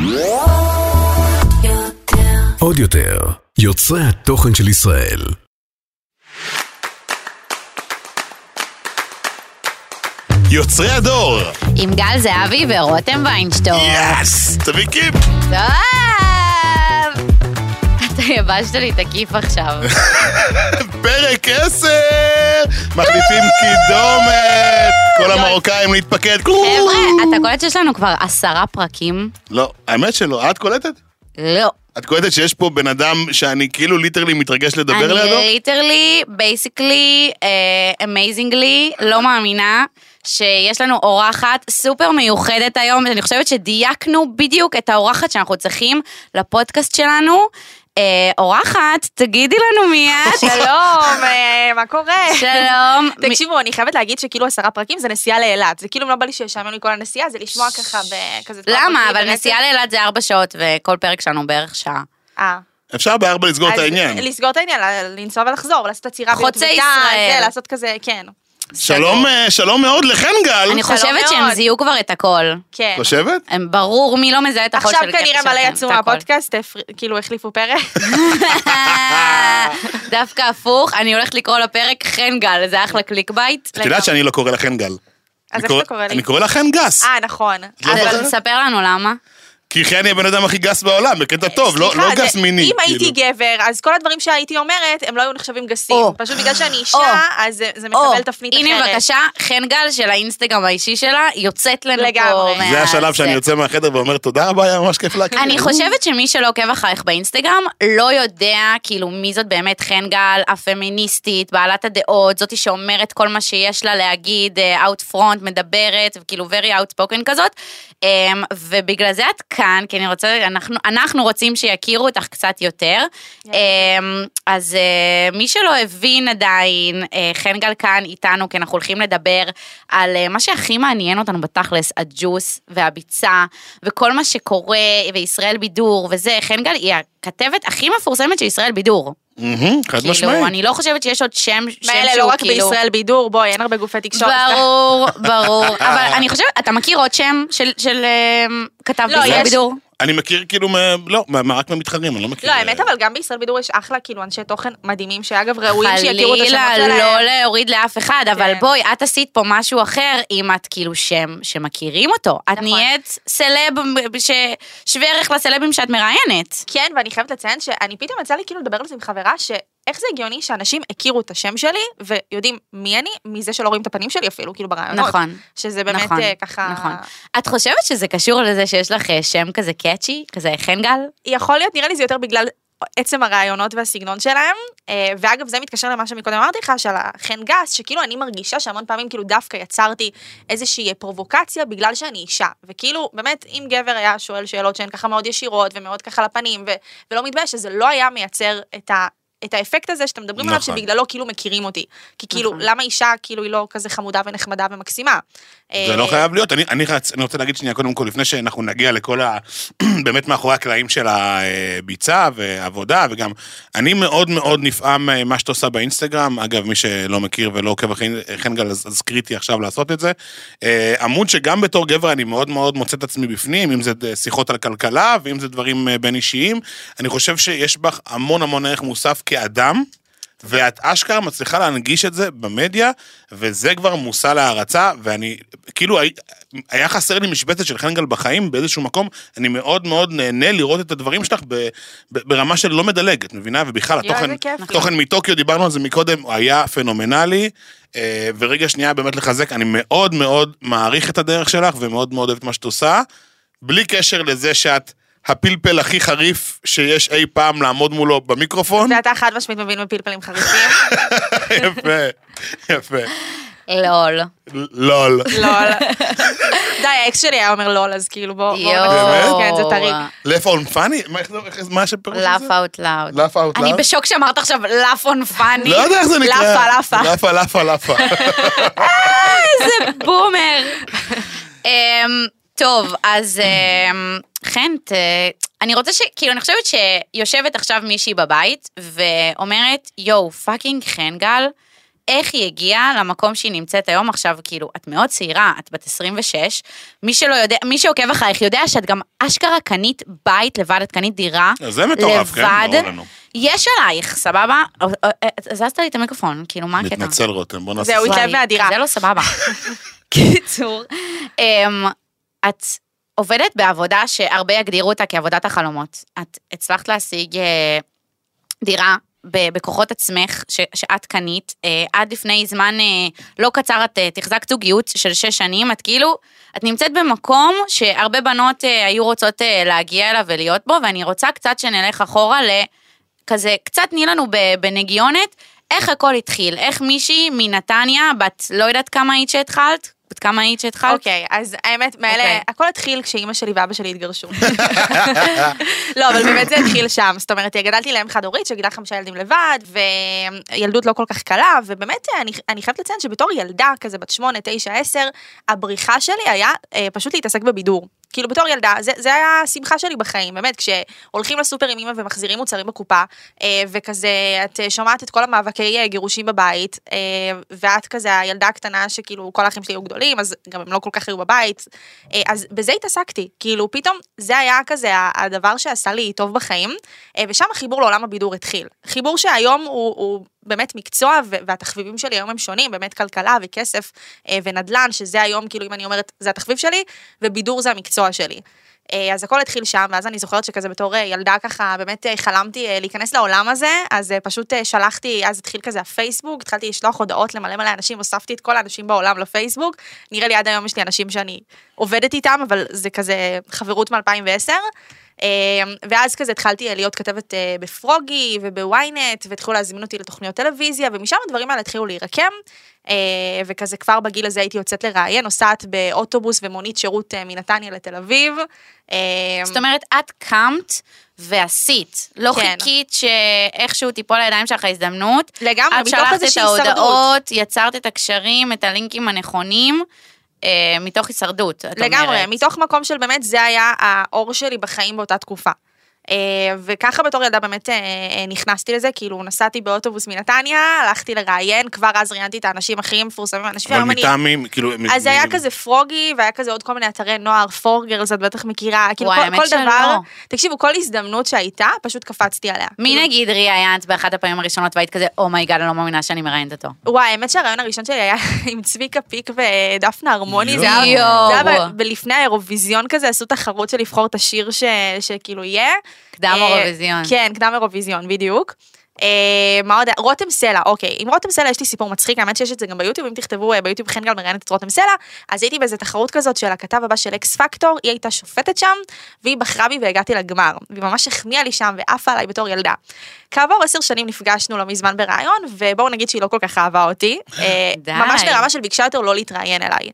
עוד יותר, יוצרי התוכן של ישראל. יוצרי הדור עם גל זהבי ורותם ויינשטור. יס! תביא כיף! טוב! אתה יבשת לי את הכיף עכשיו. פרק 10! מחליפים קידומת! כל המרוקאים להתפקד. חבר'ה, אתה קולט שיש לנו כבר 10 פרקים? לא, האמת שלא. את קולטת? לא. את קולטת שיש פה בן אדם שאני כאילו ליטרלי מתרגש לדבר לידו? אני ליטרלי, basically, amazingly, לא מאמינה שיש לנו אורחת סופר מיוחדת היום. אני חושבת שדייקנו בדיוק את האורחת שאנחנו צריכים לפודקאסט שלנו. אורחת, תגידי לנו מי את. שלום, מה קורה? שלום. תקשיבו, אני חייבת להגיד שכאילו 10 פרקים זה נסיעה לאילת. זה כאילו לא בא לי שישמענו מכל הנסיעה, זה לשמוע ככה בכזה... למה? אבל נסיעה לאילת זה 4 שעות, וכל פרק שלנו בערך שעה. אפשר ב4 לסגור את העניין. לסגור את העניין, לנסוע ולחזור, לעשות עצירה חוצה ישראל. לעשות כזה, כן. שלום מאוד לחנגל. אני חושבת שהם זיהו כבר את הכל. כן. חושבת? הם ברור מי לא מזהה את הכל של עכשיו כנראה מלא יצאו מהפודקאסט, כאילו החליפו פרק. דווקא הפוך, אני הולכת לקרוא לפרק חנגל, זה אחלה קליק בייט. את יודעת שאני לא קורא לחנגל. אז איך אתה קורא לי? אני קורא לכן גס. נכון. אז תספר לנו למה. כי חן היא הבן אדם הכי גס בעולם, בקטע טוב, לא גס מיני. אם הייתי גבר, אז כל הדברים שהייתי אומרת, הם לא היו נחשבים גסים. פשוט בגלל שאני אישה, אז זה מקבל תפנית אחרת. הנה בבקשה, חן גל של האינסטגרם האישי שלה, יוצאת לנו פה. זה השלב שאני יוצא מהחדר ואומר תודה רבה, היה ממש כיף להכיר. אני חושבת שמי שלא עוקב אחריך באינסטגרם, לא יודע כאילו מי זאת באמת חן גל, הפמיניסטית, בעלת הדעות, זאתי שאומרת כל מה שיש לה להגיד, out front, מדברת, וכאילו very outspoken כזאת, ובגלל זה את כאן, כי אנחנו רוצים שיכירו אותך קצת יותר, אז מי שלא הבין עדיין, חן גל כאן איתנו, כי אנחנו הולכים לדבר על מה שהכי מעניין אותנו בתכלס, הג'וס והביצה, וכל מה שקורה, וישראל בידור, וזה, חן גל היא הכתבת הכי מפורסמת של ישראל בידור. חד משמעית. אני לא חושבת שיש עוד שם שהוא כאילו... לא רק בישראל בידור, בואי, אין הרבה גופי תקשורת. ברור. אבל אני חושבת, אתה מכיר עוד שם של כתב בישראל בידור? אני מכיר כאילו, לא, רק מהמתחרים, אני לא מכיר. לא, האמת, אבל גם בישראל בידור יש אחלה, כאילו, אנשי תוכן מדהימים, שאגב, ראויים שיכירו את השמות שלהם. חלילה, לא להוריד לאף אחד, אבל בואי, את עשית פה משהו אחר, אם את כאילו שם שמכירים אותו. את נהיית סלב, שווה ערך לסלבים שאת מראיינת. כן, ואני חייבת לציין שאני פתאום יצא לי כאילו לדבר על זה עם חברה, איך זה הגיוני שאנשים הכירו את השם שלי, ויודעים מי אני, מזה שלא רואים את הפנים שלי אפילו, כאילו ברעיונות. נכון. שזה באמת ככה... נכון. את חושבת שזה קשור לזה שיש לך שם כזה קאצ'י, כזה חן גל? יכול להיות, נראה לי זה יותר בגלל עצם הרעיונות והסגנון שלהם, ואגב זה מתקשר למה שמקודם אמרתי לך, של החן גס, שכאילו אני מרגישה שהמון פעמים כאילו דווקא יצרתי איזושהי פרובוקציה, בגלל שאני אישה, וכאילו באמת אם גבר היה שואל שאלות שהן ככה מאוד ישירות, ומאוד ככה לפנים, ולא מתבייש, שזה לא היה מייצר את האפקט הזה שאתם מדברים עליו, שבגללו כאילו מכירים אותי. כי כאילו, למה אישה כאילו היא לא כזה חמודה ונחמדה ומקסימה? זה לא חייב להיות. אני רוצה להגיד שנייה, קודם כל, לפני שאנחנו נגיע לכל באמת מאחורי הקלעים של הביצה ועבודה, וגם אני מאוד מאוד נפעם מה שאתה עושה באינסטגרם, אגב, מי שלא מכיר ולא עוקב אחרי חן גל, אז קריטי עכשיו לעשות את זה. עמוד שגם בתור גבר אני מאוד מאוד מוצא את עצמי בפנים, אם זה שיחות על כלכלה, ואם זה דברים בין אישיים, אני חושב שיש בך המון המון ערך מוסף כאדם, ואת אשכרה מצליחה להנגיש את זה במדיה, וזה כבר מושא להערצה, ואני, כאילו, היה חסר לי משבצת של חן גל בחיים, באיזשהו מקום, אני מאוד מאוד נהנה לראות את הדברים שלך, ברמה של לא מדלגת, מבינה? ובכלל, התוכן מטוקיו, דיברנו על זה מקודם, הוא היה פנומנלי, ורגע שנייה באמת לחזק, אני מאוד מאוד מעריך את הדרך שלך, ומאוד מאוד אוהב את מה שאת עושה, בלי קשר לזה שאת הפלפל הכי חריף שיש אי פעם לעמוד מולו במיקרופון. ואתה חד משמעית מבין בפלפלים חריפים. יפה. לול. לול. די, האקס שלי היה אומר לול, אז כאילו בואו באמת? כן, זה טריק. laugh on funny? מה שפירוש הזה? laugh out loud. laugh out loud? אני בשוק שאמרת עכשיו laugh on funny. לא יודע איך זה נקרא. לאפה. איזה בומר. טוב, אז חנט, אני רוצה כאילו, אני חושבת שיושבת עכשיו מישהי בבית, ואומרת, יו, פאקינג חן גל, איך היא הגיעה למקום שהיא נמצאת היום. עכשיו, כאילו, את מאוד צעירה, את בת 26, מי שלא יודע, מי שעוקב אחריך יודע שאת גם אשכרה קנית בית לבד, את קנית דירה זה מטורף, כן, ברור לנו. יש עלייך, סבבה? הזזת לי את המיקרופון, כאילו, מה הקטע? מתנצל רותם, בוא נעשה. זהו, התלהב מהדירה. זה לא סבבה. קיצור, את עובדת בעבודה שהרבה יגדירו אותה כעבודת החלומות. את הצלחת להשיג דירה בכוחות עצמך שאת קנית, עד לפני זמן לא קצר את תחזקת זוגיות של 6 שנים, את כאילו, את נמצאת במקום שהרבה בנות היו רוצות להגיע אליו ולהיות בו, ואני רוצה קצת שנלך אחורה לכזה, קצת תני לנו בנגיונת, איך הכל התחיל, איך מישהי מנתניה, בת לא יודעת כמה היית שהתחלת? בת כמה היית שהתחלת? אוקיי, אז האמת, הכל התחיל כשאימא שלי ואבא שלי התגרשו. לא, אבל באמת זה התחיל שם. זאת אומרת, גדלתי לאם חד הורית שגידלה 5 ילדים לבד, וילדות לא כל כך קלה, ובאמת אני חייבת לציין שבתור ילדה, כזה בת 8, 9, 10, הבריחה שלי היה פשוט להתעסק בבידור. כאילו בתור ילדה, זה היה השמחה שלי בחיים, באמת, כשהולכים לסופר עם אמא ומחזירים מוצרים בקופה, וכזה, את שומעת את כל המאבקי גירושים בבית, ואת כזה הילדה הקטנה שכאילו כל האחים שלי היו גדולים, אז גם הם לא כל כך היו בבית, אז בזה התעסקתי, כאילו פתאום זה היה כזה הדבר שעשה לי טוב בחיים, ושם החיבור לעולם הבידור התחיל. חיבור שהיום הוא באמת מקצוע, והתחביבים שלי היום הם שונים, באמת כלכלה וכסף ונדלן, שזה היום, כאילו אם אני אומרת, זה התחביב שלי, ובידור זה המקצוע שלי. אז הכל התחיל שם, ואז אני זוכרת שכזה בתור ילדה ככה, באמת חלמתי להיכנס לעולם הזה, אז פשוט שלחתי, אז התחיל כזה הפייסבוק, התחלתי לשלוח הודעות למלא מלא אנשים, הוספתי את כל האנשים בעולם לפייסבוק, נראה לי עד היום יש לי אנשים שאני עובדת איתם, אבל זה כזה חברות מ-2010, ואז כזה התחלתי להיות כתבת בפרוגי ובוויינט, והתחילו להזמין אותי לתוכניות טלוויזיה, ומשם הדברים האלה התחילו להירקם, וכזה כבר בגיל הזה הייתי יוצאת לראיין, נוסעת באוטובוס ומונית שירות מנתניה לתל אביב. זאת אומרת, את קמת ועשית, לא חיכית שאיכשהו תיפול לידיים שלך ההזדמנות, לגמרי, מתוך איזושהי הישרדות. את שלחת את ההודעות, יצרת את הקשרים, את הלינקים הנכונים, מתוך הישרדות, את אומרת. לגמרי, מתוך מקום של באמת, זה היה האור שלי בחיים באותה תקופה. וככה בתור ילדה באמת נכנסתי לזה, כאילו נסעתי באוטובוס מנתניה, הלכתי לראיין, כבר אז ראיינתי את האנשים הכי מפורסמים, אבל מטעמים, כאילו... אז היה כזה פרוגי, והיה כזה עוד כל מיני אתרי נוער, פורגרס, את בטח מכירה, כאילו כל דבר, תקשיבו, כל הזדמנות שהייתה, פשוט קפצתי עליה. מי נגיד ראיינת באחת הפעמים הראשונות, והיית כזה, אומייגאד, אני לא מאמינה שאני מראיינת אותו. וואי, האמת שהרעיון הראשון שלי היה עם צביקה פיק ודפנה הרמוני, זה היה בלפני האירוויזיון כזה, עשו תחרות של לבחור את השיר שכאילו יהיה. קדם אירוויזיון. כן, קדם אירוויזיון, בדיוק. מה עוד? רותם סלע, אוקיי. עם רותם סלע יש לי סיפור מצחיק, האמת שיש את זה גם ביוטיוב, אם תכתבו ביוטיוב חן גל מראיינת את רותם סלע, אז הייתי באיזה תחרות כזאת של הכתב הבא של אקס פקטור, היא הייתה שופטת שם, והיא בחרה בי והגעתי לגמר, והיא ממש החמיאה לי שם ועפה עליי בתור ילדה. כעבור 10 שנים נפגשנו לא מזמן ברעיון, ובואו נגיד שהיא לא כל כך אהבה אותי, ממש לרמה של ביקשה יותר לא להתראיין אליי.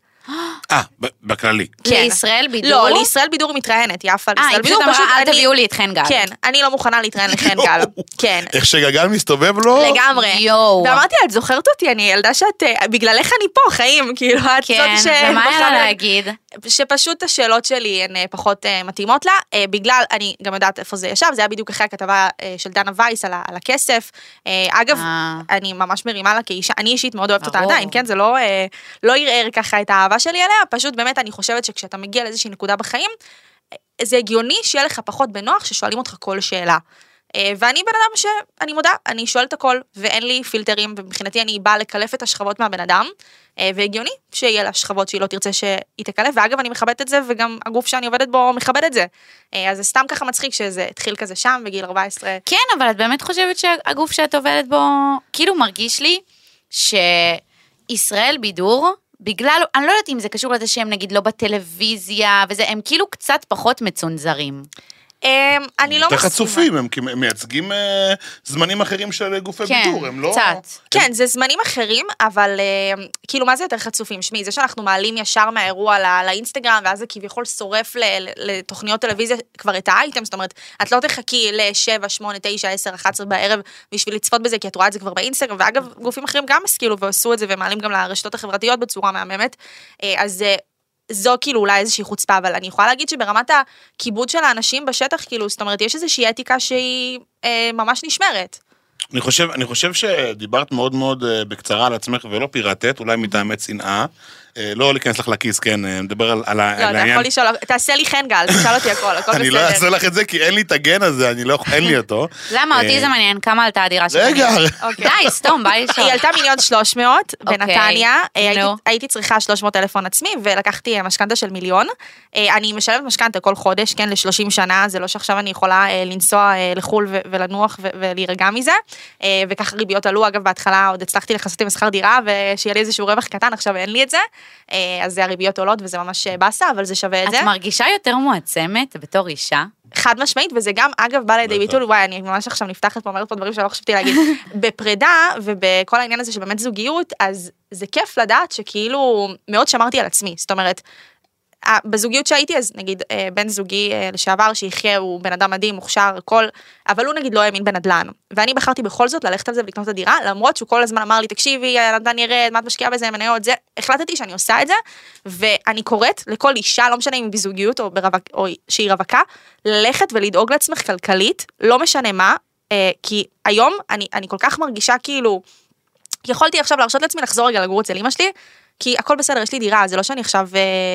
בכללי. לישראל בידור? לא, לישראל בידור מתראיינת, יפה לישראל בידור. היא פשוט אמרה, אל תביאו לי את חן גל. כן, אני לא מוכנה להתראיין לחן גל. כן. איך שגלגל מסתובב לו? לגמרי. ואמרתי לה, את זוכרת אותי, אני ילדה שאת, בגללך אני פה, חיים, כאילו, את זאת ומה היה להגיד? שפשוט השאלות שלי הן פחות מתאימות לה, בגלל, אני גם יודעת איפה זה ישב, זה היה בדיוק אחרי הכתבה של דנה וייס על הכסף. אגב, אני ממש מרימה לה כאישה, אני אישית מאוד אוהבת אותה עדיין, כן? זה לא ירער ככה את האהבה שלי עליה, פשוט באמת אני חושבת שכשאתה מגיע לאיזושהי נקודה בחיים, זה הגיוני שיהיה לך פחות בנוח ששואלים אותך כל שאלה. ואני בן אדם שאני מודה, אני שואלת הכל, ואין לי פילטרים, ומבחינתי אני באה לקלף את השכבות מהבן אדם, והגיוני שיהיה לה שכבות שהיא לא תרצה שהיא תקלף, ואגב אני מכבדת את זה, וגם הגוף שאני עובדת בו מכבד את זה. אז זה סתם ככה מצחיק שזה התחיל כזה שם, בגיל 14. כן, אבל את באמת חושבת שהגוף שאת עובדת בו, כאילו מרגיש לי שישראל בידור, בגלל, אני לא יודעת אם זה קשור לזה שהם נגיד לא בטלוויזיה, וזה, הם כאילו קצת פחות מצונזרים. אני לא מסכימה. חצופים, הם מייצגים זמנים אחרים של גופי בידור, הם לא... קצת. כן, זה זמנים אחרים, אבל כאילו מה זה יותר חצופים? שמי, זה שאנחנו מעלים ישר מהאירוע לאינסטגרם, ואז זה כביכול שורף לתוכניות טלוויזיה כבר את האייטם, זאת אומרת, את לא תחכי ל-7, 8, 9, 10, 11 בערב בשביל לצפות בזה, כי את רואה את זה כבר באינסטגרם, ואגב, גופים אחרים גם השכילו ועשו את זה, ומעלים גם לרשתות החברתיות בצורה מהממת, אז זו כאילו אולי איזושהי חוצפה, אבל אני יכולה להגיד שברמת הכיבוד של האנשים בשטח, כאילו, זאת אומרת, יש איזושהי אתיקה שהיא ממש נשמרת. אני חושב שדיברת מאוד מאוד בקצרה על עצמך ולא פירטת, אולי מטעמי צנעה. לא להיכנס לך לכיס, כן, מדבר על העניין. לא, אתה יכול לשאול, תעשה לי חן גל, תשאל אותי הכל בסדר. אני לא אעשה לך את זה, כי אין לי את הגן הזה, אין לי אותו. למה? אותי זה מעניין, כמה עלתה הדירה שלך? רגע. די, סתום, בא לי לשאול. היא עלתה 1,300,000 בנתניה, הייתי צריכה 300,000 הון עצמי, ולקחתי משכנתה של 1,000,000. אני משלמת משכנתה כל חודש, כן, ל-30 שנה, זה לא שעכשיו אני יכולה לנסוע לחול ולנוח ולהירגע מזה, וכך ריביות עלו, אגב, בהתחלה עוד הצלחתי לחסות עם שכר דירה, ושיהיה לי איזשהו רווח קטן, עכשיו אין לי את זה, אז זה הריביות עולות, וזה ממש בסה, אבל זה שווה את זה. את מרגישה יותר מועצמת בתור אישה? חד משמעית, וזה גם, אגב, בא לידי ביטוי, וואי, אני ממש עכשיו נפתחת פה, אומרת פה דברים שלא חשבתי להגיד. בפרידה, ובכל העניין הזה שבאמת זוגיות, אז זה כיף לדעת שכאילו, מאוד שמרתי על עצמי, זאת אומרת, בזוגיות שהייתי, אז נגיד, בן זוגי לשעבר שיחיה, הוא בן אדם מדהים, מוכשר, הכל, אבל הוא נגיד לא האמין בנדל"ן. ואני בחרתי בכל זאת ללכת על זה ולקנות את הדירה, למרות שהוא כל הזמן אמר לי, תקשיבי, הנדל"ן ירד, מה את משקיעה בזה, מניות, זה, החלטתי שאני עושה את זה, ואני קוראת לכל אישה, לא משנה אם היא בזוגיות או שהיא רווקה, ללכת ולדאוג לעצמך כלכלית, לא משנה מה, כי היום אני כל כך מרגישה כאילו, יכולתי עכשיו להרשות לעצמי לחזור רגע לגור אצל אמא שלי, כי הכל בסדר, יש לי דירה, זה לא שאני עכשיו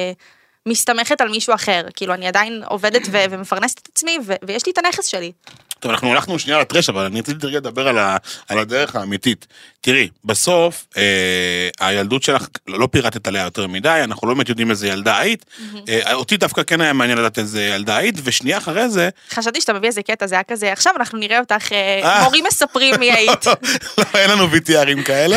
מסתמכת על מישהו אחר, כאילו אני עדיין עובדת ומפרנסת את עצמי, ויש לי את הנכס שלי. טוב, אנחנו הלכנו שנייה לטרש, אבל אני רציתי לדבר על הדרך האמיתית. תראי, בסוף, הילדות שלך, לא פירטת עליה יותר מדי, אנחנו לא באמת יודעים איזה ילדה היית, אותי דווקא כן היה מעניין לדעת איזה ילדה היית, ושנייה אחרי זה... חשבתי שאתה מביא איזה קטע, זה היה כזה, עכשיו אנחנו נראה אותך, מורים מספרים מי היית. לא, אין לנו VTRים כאלה.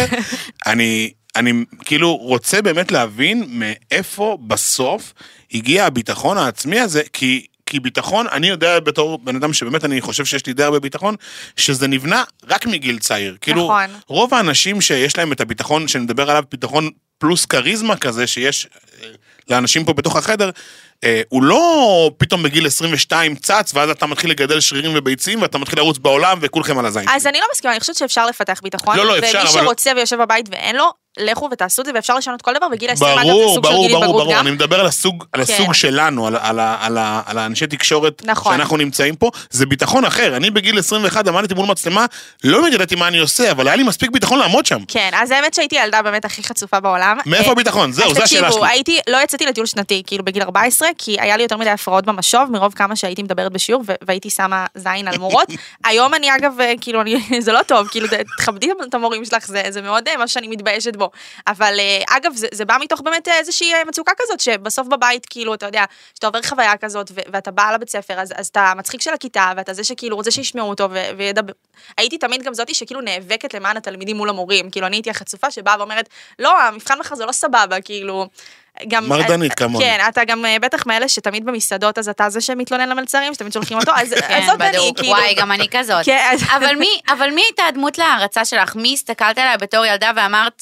אני כאילו רוצה באמת להבין מאיפה בסוף הגיע הביטחון העצמי הזה, כי ביטחון, אני יודע בתור בן אדם שבאמת אני חושב שיש לי די הרבה ביטחון, שזה נבנה רק מגיל צעיר. כאילו, רוב האנשים שיש להם את הביטחון, שנדבר עליו ביטחון פלוס קריזמה כזה, שיש לאנשים פה בתוך החדר, הוא לא פתאום בגיל 22 צץ, ואז אתה מתחיל לגדל שרירים וביצים, ואתה מתחיל לרוץ בעולם, וכולכם על הזין. אז אני לא מסכימה, אני חושבת שאפשר לפתח ביטחון, לא, אפשר, ומי שרוצה ויושב בבית ואין לו, לכו ותעשו את זה, ואפשר לשנות כל דבר, וגיל 20 אגב זה סוג של גיל התבגרות גם. אני מדבר על הסוג שלנו, על האנשי תקשורת שאנחנו נמצאים פה, זה ביטחון אחר. אני בגיל 21 עמדתי מול מצלמה, לא ידעתי מה אני עושה, אבל היה לי מספיק ביטחון לעמוד שם. כן, אז האמת שהייתי ילדה באמת הכי חצופה בעולם. מאיפה הביטחון? זהו, זו השאלה שלי. לא יצאתי לטיול שנתי, כאילו בגיל 14, כי היה לי יותר מדי הפרעות במשוב, מרוב כמה שהייתי מדברת בשיעור, והייתי שמה זין על מורות. היום אני אגב, כאילו, זה לא טוב, כאילו, תכבדי את המורים שלך, זה מאוד מה שאני מתביישת בו. אבל אגב, זה בא מתוך באמת איזושהי מצוקה כזאת, שבסוף בבית, כאילו, אתה יודע, שאתה עובר חוויה כזאת, ואתה בא לבית ספר, אז אתה מצחיק של הכיתה, ואתה זה שכאילו רוצה שישמעו אותו, הייתי תמיד גם זאתי שכאילו נאבקת למען התלמידים מול המורים, כאילו, אני הייתי החצופה שבאה ואומרת, לא, המבחן מחר זה לא סבבה, כאילו, מרדנית כמוני. כן, אתה גם בטח מאלה שתמיד במסעדות, אז אתה זה שמתלונן למלצרים, שתמיד שולחים אותו, אז זאת אני, כאילו. וואי, גם אני כזאת. אבל מי הייתה הדמות להרצה שלך? מי הסתכלת עליה בתור ילדה ואמרת,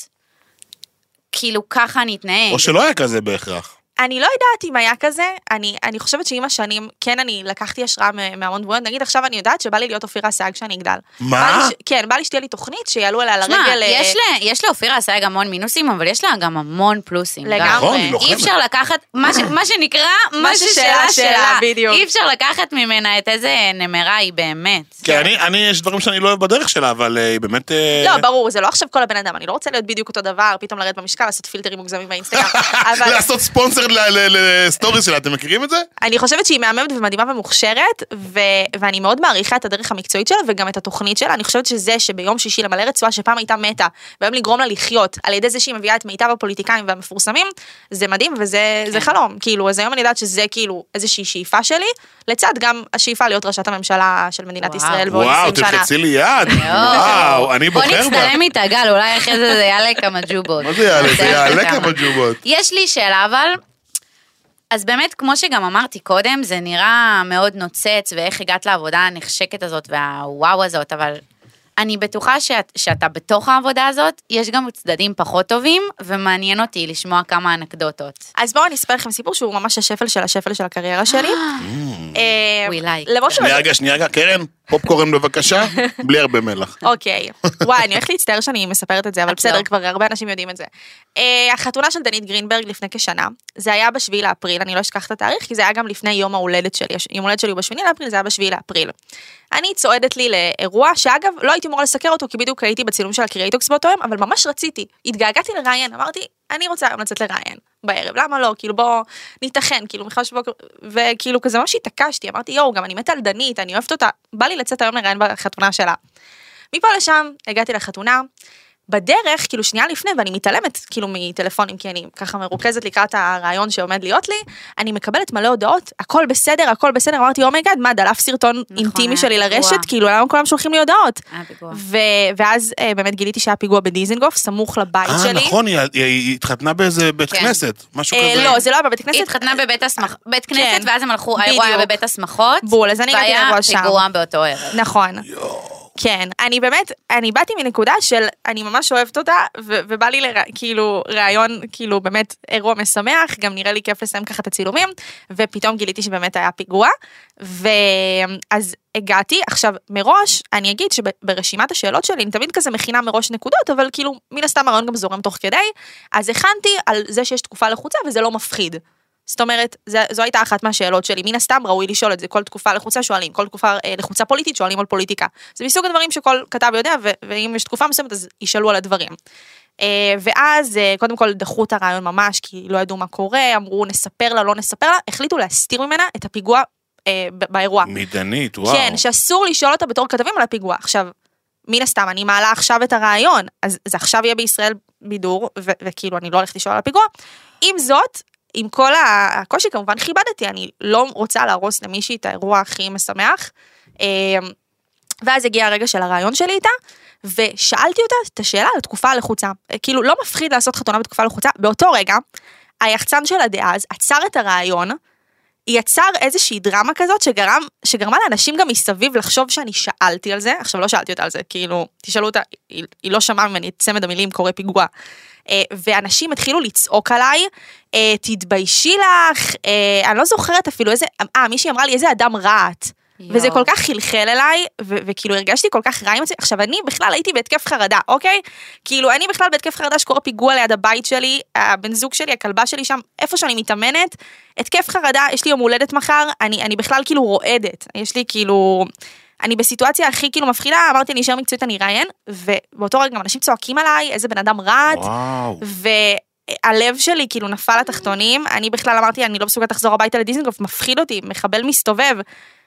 כאילו ככה אני אתנהג? או שלא היה כזה בהכרח. אני לא יודעת אם היה כזה, אני חושבת שעם השנים, כן, אני לקחתי השראה מהמון דמויות, נגיד עכשיו אני יודעת שבא לי להיות אופירה סייג כשאני אגדל. מה? כן, בא לי שתהיה לי תוכנית שיעלו עליה לרגל... יש לאופירה סייג המון מינוסים, אבל יש לה גם המון פלוסים. לגמרי. אי אפשר לקחת, מה שנקרא, מה ששאלה, אי אפשר לקחת ממנה את איזה נמרה היא באמת. כן, אני יש דברים שאני לא אוהב בדרך שלה, אבל היא באמת... לא, ברור, זה לא עכשיו כל הבן אדם, אני לא רוצה להיות בדיוק אותו דבר, פתאום לרדת במשקל, לעשות פילטרים מוגזמים באינסטגרם, אבל... לעשות ספונסר לסטוריס שלה, אתם מכירים את זה? אני חושבת שהיא מהממת ומדהימה ומוכשרת, ואני מאוד מעריכה את הדרך המקצועית שלה, וגם את התוכנית שלה, אני חושבת שזה שביום שישי למלא רצועה שפעם הייתה מתה, והיום לגרום לה לחיות, על ידי זה שהיא מביאה את מיטב הפוליטיקאים והמפורסמים, זה מדהים, וזה חלום, כאילו, אז היום אני יודעת שזה כאילו איזושהי שאיפה שלי, לצד גם השאיפה להיות ראשת הממשלה של מדינת ישראל בעוד 20 שנה. וואו, תלחצי לי יד, וואו, אני בוחר בה. בוא נצטלם איתה, גל, אולי אחרי זה יעלה כמה ג'ובות. מה זה יעלה? זה יעלה כמה ג'ובות. יש לי שאלה, אבל... אז באמת, כמו שגם אמרתי קודם, זה נראה מאוד נוצץ, ואיך הגעת לעבודה הנחשקת הזאת, והוואו הזאת, אבל אני בטוחה שאתה בתוך העבודה הזאת, יש גם צדדים פחות טובים, ומעניין אותי לשמוע כמה אנקדוטות. אז בואו אני אספר לכם סיפור שהוא ממש השפל של הקריירה שלי. למרות שנייה רגע, קרן, פופקורן בבקשה, בלי הרבה מלח. אוקיי, וואי, אני הולכת להצטער שאני מספרת את זה, אבל בסדר, כבר הרבה אנשים יודעים את זה. החתונה של דנית גרינברג לפני כשנה, זה היה ב7 לאפריל, אני לא אשכח את התאריך, כי זה היה גם לפני יום ההולדת שלי, יום ההולדת שלי הוא ב8 לאפריל, זה היה ב7 לאפריל. אני צועדת לי לאירוע, שאגב, לא הייתי אמורה לסקר אותו, כי בדיוק הייתי בצילום של הקריאייטוקס באותו יום, אבל ממש רציתי, התגעגעתי לראיין, אמרתי, אני רוצה היום לצאת לראיין בערב, למה לא? כאילו בוא ניתכן, כאילו מחר שבוקר, וכאילו כזה ממש התעקשתי, אמרתי, יואו, גם אני מתה על דנית, אני אוהבת אותה, בא לי לצאת היום לראיין בחתונה שלה. מפה לשם, הגעתי לחתונה, בדרך, כאילו שנייה לפני, ואני מתעלמת כאילו מטלפונים, כי אני ככה מרוכזת לקראת הרעיון שעומד להיות לי, אני מקבלת מלא הודעות, הכל בסדר, אמרתי, אומייגאד, מה, דלף סרטון אינטימי שלי לרשת, כאילו למה כולם שולחים לי הודעות? ואז באמת גיליתי שהיה פיגוע בדיזנגוף, סמוך לבית שלי. נכון, היא התחתנה באיזה בית כנסת, משהו כזה. לא, זה לא היה בבית כנסת. היא התחתנה בבית כנסת, ואז הם הלכו, האירוע היה בבית השמחות, בול, אז אני הגעתי לאירוע שם. והיה פיגוע באותו ערב. נכון. כן, אני באתי מנקודה של, אני ממש אוהבת אותה, ובא לי כאילו רעיון, כאילו באמת אירוע משמח, גם נראה לי כיף לסיים ככה את הצילומים, ופתאום גיליתי שבאמת היה פיגוע, ואז הגעתי, עכשיו מראש, אני אגיד שברשימת השאלות שלי, אני תמיד כזה מכינה מראש נקודות, אבל כאילו מן הסתם הרעיון גם זורם תוך כדי, אז הכנתי על זה שיש תקופה לחוצה, וזה לא מפחיד. זאת אומרת, זו הייתה אחת מהשאלות שלי, מן הסתם ראוי לשאול את זה, כל תקופה לחוצה שואלים, כל תקופה לחוצה פוליטית שואלים על פוליטיקה. זה מסוג הדברים שכל כתב יודע, ואם יש תקופה מסוימת אז ישאלו על הדברים. ואז קודם כל דחו את הרעיון ממש, כי לא ידעו מה קורה, אמרו נספר לה, לא נספר לה, החליטו להסתיר ממנה את הפיגוע באירוע. מדנית, וואו. כן, שאסור לשאול אותה בתור כתבים על הפיגוע. עכשיו, מן הסתם, אני מעלה עכשיו את הרעיון, אז זה עכשיו יהיה בישראל בידור, וכאילו אני לא הולכת לשאול על הפיגוע. עם זאת, עם כל הקושי כמובן כיבדתי, אני לא רוצה להרוס למישהי את האירוע הכי משמח, ואז הגיע הרגע של הרעיון שלי איתה, ושאלתי אותה את השאלה על התקופה הלחוצה, כאילו לא מפחיד לעשות חתונה בתקופה הלחוצה, באותו רגע, היחצן שלה דאז עצר את הרעיון, יצר איזושהי דרמה כזאת שגרמה לאנשים גם מסביב לחשוב שאני שאלתי על זה, עכשיו לא שאלתי אותה על זה, כאילו תשאלו אותה, היא לא שמעה ממני את צמד המילים קורא פיגוע, ואנשים התחילו לצעוק עליי, תתביישי לך, אני לא זוכרת אפילו איזה, מישהי אמרה לי איזה אדם רעת, וזה כל כך חלחל אליי, וכאילו הרגשתי כל כך רע עם זה, עכשיו אני בכלל הייתי בהתקף חרדה, אוקיי? כאילו אני בכלל בהתקף חרדה שקורה פיגוע ליד הבית שלי, הבן זוג שלי, הכלבה שלי שם, איפה שאני מתאמנת, התקף חרדה, יש לי יום הולדת מחר, אני בכלל כאילו רועדת, יש לי כאילו, אני בסיטואציה הכי כאילו מפחידה, אמרתי אני אשאר מקצועית, אני אראיין, ובאותו רגע אנשים צועקים עליי, איזה בן אדם רעת, הלב שלי כאילו נפל לתחתונים, אני בכלל אמרתי אני לא מסוגלת לחזור הביתה לדיזנגוף, מפחיד אותי, מחבל מסתובב,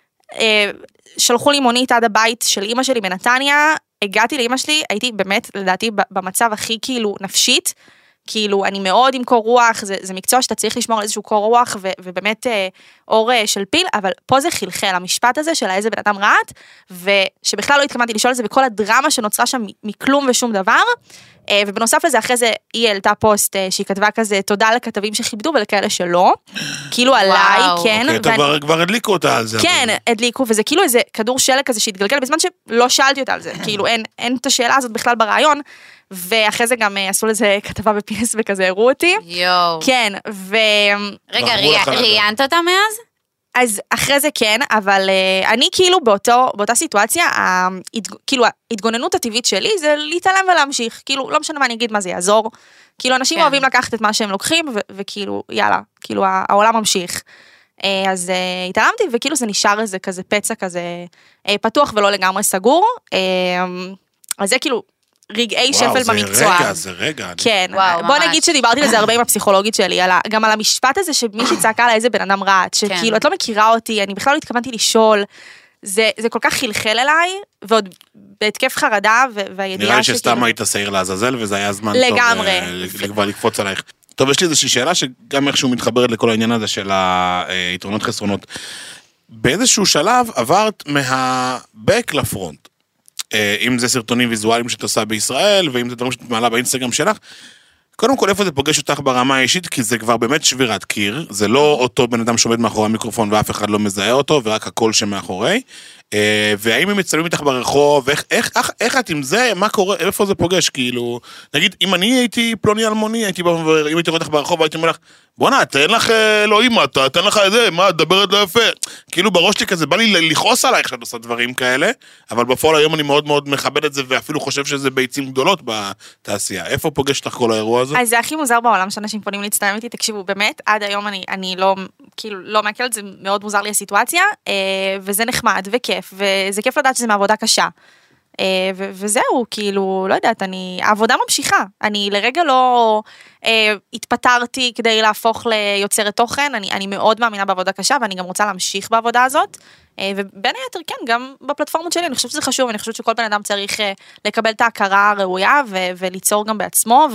שלחו לי מונית עד הבית של אמא שלי בנתניה, הגעתי לאמא שלי, הייתי באמת לדעתי במצב הכי כאילו נפשית, כאילו אני מאוד עם קור רוח, זה מקצוע שאתה צריך לשמור על איזשהו קור רוח, ובאמת אור של פיל, אבל פה זה חלחל, המשפט הזה של איזה בן אדם רעת, ושבכלל לא התכוונתי לשאול את זה, בכל הדרמה שנוצרה שם מכלום ושום דבר, ובנוסף לזה, אחרי זה היא העלתה פוסט שהיא כתבה כזה, תודה לכתבים שכיבדו ולכאלה שלא, כאילו עליי, כן. אוקיי, כבר הדליקו אותה על זה. כן, הדליקו, וזה כאילו איזה כדור שלג כזה שהתגלגל, בזמן שלא שאלתי אותה על זה, כאילו אין את השאלה הזאת בכלל ברעיון, ואחרי זה גם עשו לזה כתבה בפינס וכזה, הראו אותי. יואו. כן, רגע, ראיינת אותה מאז? אז אחרי זה כן, אבל אני כאילו באותה סיטואציה, כאילו ההתגוננות הטבעית שלי זה להתעלם ולהמשיך, כאילו לא משנה מה אני אגיד מה זה יעזור, כאילו אנשים אוהבים לקחת את מה שהם לוקחים, וכאילו יאללה, כאילו העולם ממשיך. אז התעלמתי וכאילו זה נשאר איזה כזה פצע כזה פתוח ולא לגמרי סגור, אז זה כאילו רגעי שפל במקצוע. זה רגע. כן, בוא נגיד שדיברתי לזה הרבה עם הפסיכולוגית שלי, גם על המשפט הזה שמישהי צעקה לה איזה בן אדם רעת, שכאילו את לא מכירה אותי, אני בכלל לא התכוונתי לשאול, זה כל כך חלחל אליי, ועוד בהתקף חרדה, והידיעה נראה לי שסתם היית שעיר לעזאזל, וזה היה זמן טוב כבר לקפוץ עלייך. טוב, יש לי איזושהי שאלה שגם איכשהו מתחברת לכל העניין הזה של היתרונות חסרונות. באיזשהו שלב עברת מהבק לפרונט. אם זה סרטונים ויזואליים שאת עושה בישראל, ואם זה דברים שאת מעלה באינסטגרם שלך, קודם כל איפה זה פוגש אותך ברמה האישית, כי זה כבר באמת שבירת קיר, זה לא אותו בן אדם שעומד מאחורי המיקרופון ואף אחד לא מזהה אותו, ורק הקול שמאחורי, והאם הם מצלמים איתך ברחוב, איך את עם זה, מה קורה, איפה זה פוגש, כאילו, נגיד, אם אני הייתי פלוני אלמוני, אם הייתי רואה אותך ברחוב, הייתי אומר לך, בוא'נה, תן לך אלוהים, תן לך את זה, מה, דברת לא יפה. כאילו בראש שלי כזה, בא לי לכעוס עלייך שאת עושה דברים כאלה, אבל בפועל היום אני מאוד מאוד מכבד את זה, ואפילו חושב שזה ביצים גדולות בתעשייה. איפה פוגש לך כל האירוע הזה? אז זה הכי מוזר בעולם שאנשים פונים להצטלם איתי, תקשיבו, באמת, עד היום אני לא, כאילו, לא מעכלת, זה מאוד מוזר לי הסיטואציה, וזה נחמד וכיף, וזה כיף לדעת שזה מעבודה קשה. וזהו, כאילו, לא יודעת, העבודה ממשיכה, אני לרגע לא התפטרתי כדי להפוך ליוצרת תוכן, אני מאוד מאמינה בעבודה קשה, ואני גם רוצה להמשיך בעבודה הזאת, ובין היתר, כן, גם בפלטפורמות שלי, אני חושבת שזה חשוב, אני חושבת שכל בן אדם צריך לקבל את ההכרה הראויה, וליצור גם בעצמו,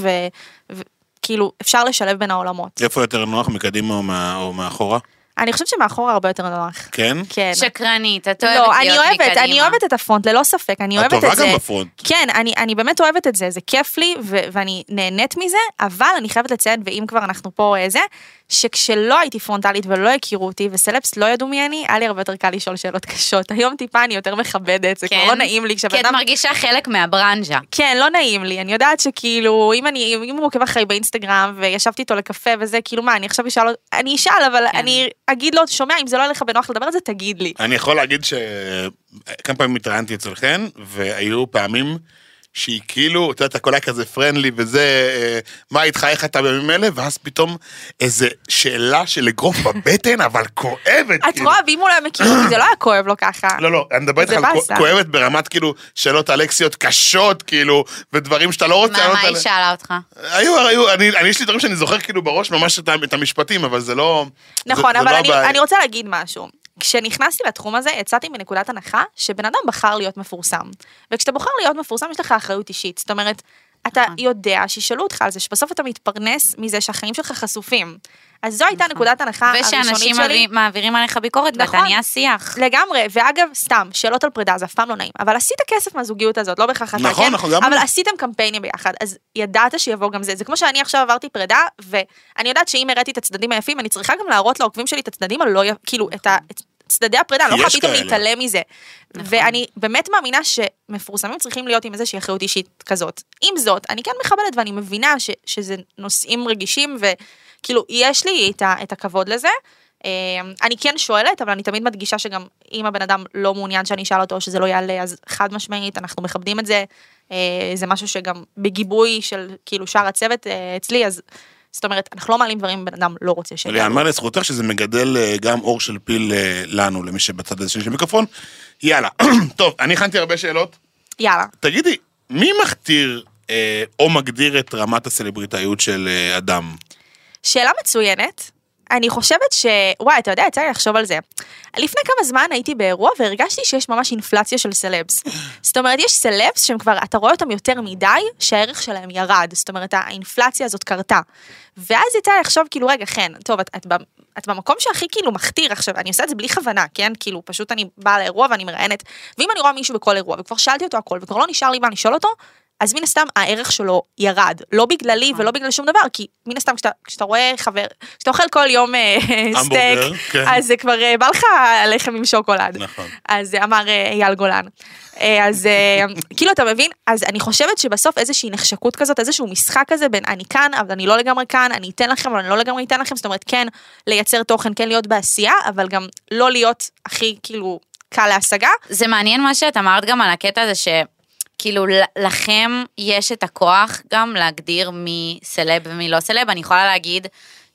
וכאילו, אפשר לשלב בין העולמות. איפה יותר נוח, מקדימה או מאחורה? אני חושבת שמאחורה הרבה יותר נוח. כן? כן. שקרנית, את אוהבת להיות מקדימה. אני אוהבת את הפרונט, ללא ספק, אני אוהבת את זה. את טובה גם בפרונט. כן, אני באמת אוהבת את זה, זה כיף לי, ואני נהנית מזה, אבל אני חייבת לציין, ואם כבר אנחנו פה שכשלא הייתי פרונטלית ולא הכירו אותי, וסלפס לא ידעו מי אני, היה לי הרבה יותר קל לשאול שאלות קשות. היום טיפה אני יותר מכבדת, זה כבר לא נעים לי. כי את מרגישה חלק מהברנז'ה. כן, לא נעים לי. אני יודעת שכאילו, אם הוא עוקב אחרי באינסטגרם, וישבתי איתו לקפה וזה, כאילו מה, אני עכשיו אני אשאל, אבל אני אגיד לו, שומע, אם זה לא לך בנוח לדבר על זה, תגיד לי. אני יכול להגיד שכמה פעמים התראיינתי אצלכן, והיו פעמים שהיא כאילו, אתה יודע, הכל היה כזה פרנדלי, וזה, מה איתך, איך אתה בימים אלה, ואז פתאום איזו שאלה של אגרוף בבטן, אבל כואבת. את רואה, ואם הוא לא היה מכיר אותי, זה לא היה כואב לו ככה. לא, אני מדבר איתך על כואבת ברמת, כאילו, שאלות אלקסיות קשות, כאילו, ודברים שאתה לא רוצה... מה היא שאלה אותך? יש לי דברים שאני זוכר כאילו בראש ממש את המשפטים, אבל זה לא... נכון, אבל אני רוצה להגיד משהו. כשנכנסתי לתחום הזה, יצאתי מנקודת הנחה שבן אדם בחר להיות מפורסם. וכשאתה בוחר להיות מפורסם, יש לך אחריות אישית. זאת אומרת, אתה יודע שישאלו אותך על זה, שבסוף אתה מתפרנס מזה שהחיים שלך חשופים. אז זו הייתה נקודת הנחה הראשונית שלי. ושאנשים מעבירים עליך ביקורת, ואתה נהיה שיח. לגמרי, ואגב, סתם, שאלות על פרידה, זה אף פעם לא נעים. אבל עשית כסף מהזוגיות הזאת, לא בהכרח אתה, נכון, אבל עשיתם קמפיינים ביחד, אז ידעת שיבוא גם זה. זה כמו שאני עכשיו עברתי פרידה, ואני יודעת שאם הראיתי את הצדדים היפים, אני צריכה גם להראות לעוקבים שלי את הצדדים הלא, כאילו, את צדדי הפרידה, לא יכולה פתאום להתעלם מזה. ואני באמת מאמינה שמפורסמים צריכים להיות עם איזושהי אחריות אישית כזאת. עם זאת, אני כן מכבדת ואני מבינה שזה נושאים רגישים, וכאילו, יש לי את הכבוד לזה. אני כן שואלת, אבל אני תמיד מדגישה שגם אם הבן אדם לא מעוניין שאני אשאל אותו, שזה לא יעלה, אז חד משמעית, אנחנו מכבדים את זה. זה משהו שגם בגיבוי של כאילו שאר הצוות אצלי, אז זאת אומרת, אנחנו לא מעלים דברים אם בן אדם לא רוצה שידעו. אני אומר לזכותך שזה מגדל גם אור של פיל לנו, למי שבצד הזה של מיקרופון. יאללה, טוב, אני הכנתי הרבה שאלות. יאללה. תגידי, מי מכתיר או מגדיר את רמת הסלבריטאיות של אדם? שאלה מצוינת. אני חושבת וואי, אתה יודע, יצא לי לחשוב על זה. לפני כמה זמן הייתי באירוע והרגשתי שיש ממש אינפלציה של סלבס. זאת אומרת, יש סלבס שהם כבר, אתה רואה אותם יותר מדי, שהערך שלהם ירד. זאת אומרת, האינפלציה הזאת קרתה. ואז יצא לי לחשוב, כאילו, רגע, כן, טוב, את במקום שהכי כאילו מכתיר עכשיו, אני עושה את זה בלי כוונה, כן? כאילו, פשוט אני באה לאירוע ואני מראיינת, ואם אני רואה מישהו בכל אירוע, וכבר שאלתי אותו הכל, וכבר לא נשאר לי מה לשאול אותו, אז מן הסתם הערך שלו ירד, לא בגללי ולא בגלל שום דבר, כי מן הסתם כשאתה רואה חבר, כשאתה אוכל כל יום סטייק, אז זה כבר בא לך לחם עם שוקולד. אז אמר אייל גולן. אז כאילו אתה מבין, אז אני חושבת שבסוף איזושהי נחשקות כזאת, איזשהו משחק כזה בין אני כאן, אבל אני לא לגמרי כאן, אני אתן לכם, אבל אני לא לגמרי אתן לכם, זאת אומרת כן לייצר תוכן, כן להיות בעשייה, אבל גם לא להיות הכי כאילו קל להשגה. זה מעניין מה שאת אמרת גם על הקטע הזה כאילו לכם יש את הכוח גם להגדיר מי סלב ומי לא סלב. אני יכולה להגיד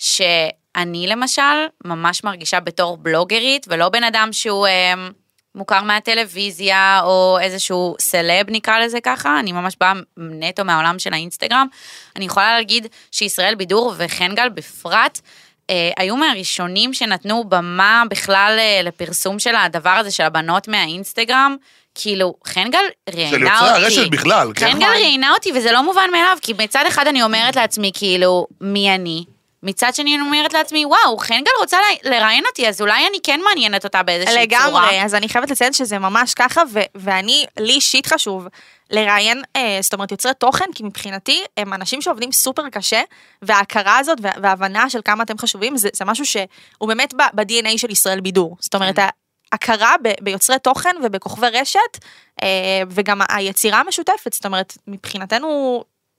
שאני למשל ממש מרגישה בתור בלוגרית, ולא בן אדם שהוא מוכר מהטלוויזיה או איזשהו סלב נקרא לזה ככה, אני ממש באה נטו מהעולם של האינסטגרם. אני יכולה להגיד שישראל בידור וחנגל בפרט, היו מהראשונים שנתנו במה בכלל לפרסום של הדבר הזה של הבנות מהאינסטגרם, כאילו, חנגל ראיינה אותי. של יוצרי הרשת בכלל. חנגל ראיינה אותי, וזה לא מובן מאליו, כי מצד אחד אני אומרת לעצמי, כאילו, מי אני? מצד שני אני אומרת לעצמי, וואו, חנגל רוצה לראיין אותי, אז אולי אני כן מעניינת אותה באיזושהי צורה. לגמרי, אז אני חייבת לציין שזה ממש ככה, ואני, לי אישית חשוב, לראיין, זאת אומרת, יוצרי תוכן, כי מבחינתי, הם אנשים שעובדים סופר קשה, וההכרה הזאת, וההבנה של כמה אתם חשובים, זה משהו שהוא באמת ב-DNA של ישראל בידור. זאת אומרת, הכרה ביוצרי תוכן ובכוכבי רשת, וגם היצירה המשותפת, זאת אומרת, מבחינתנו,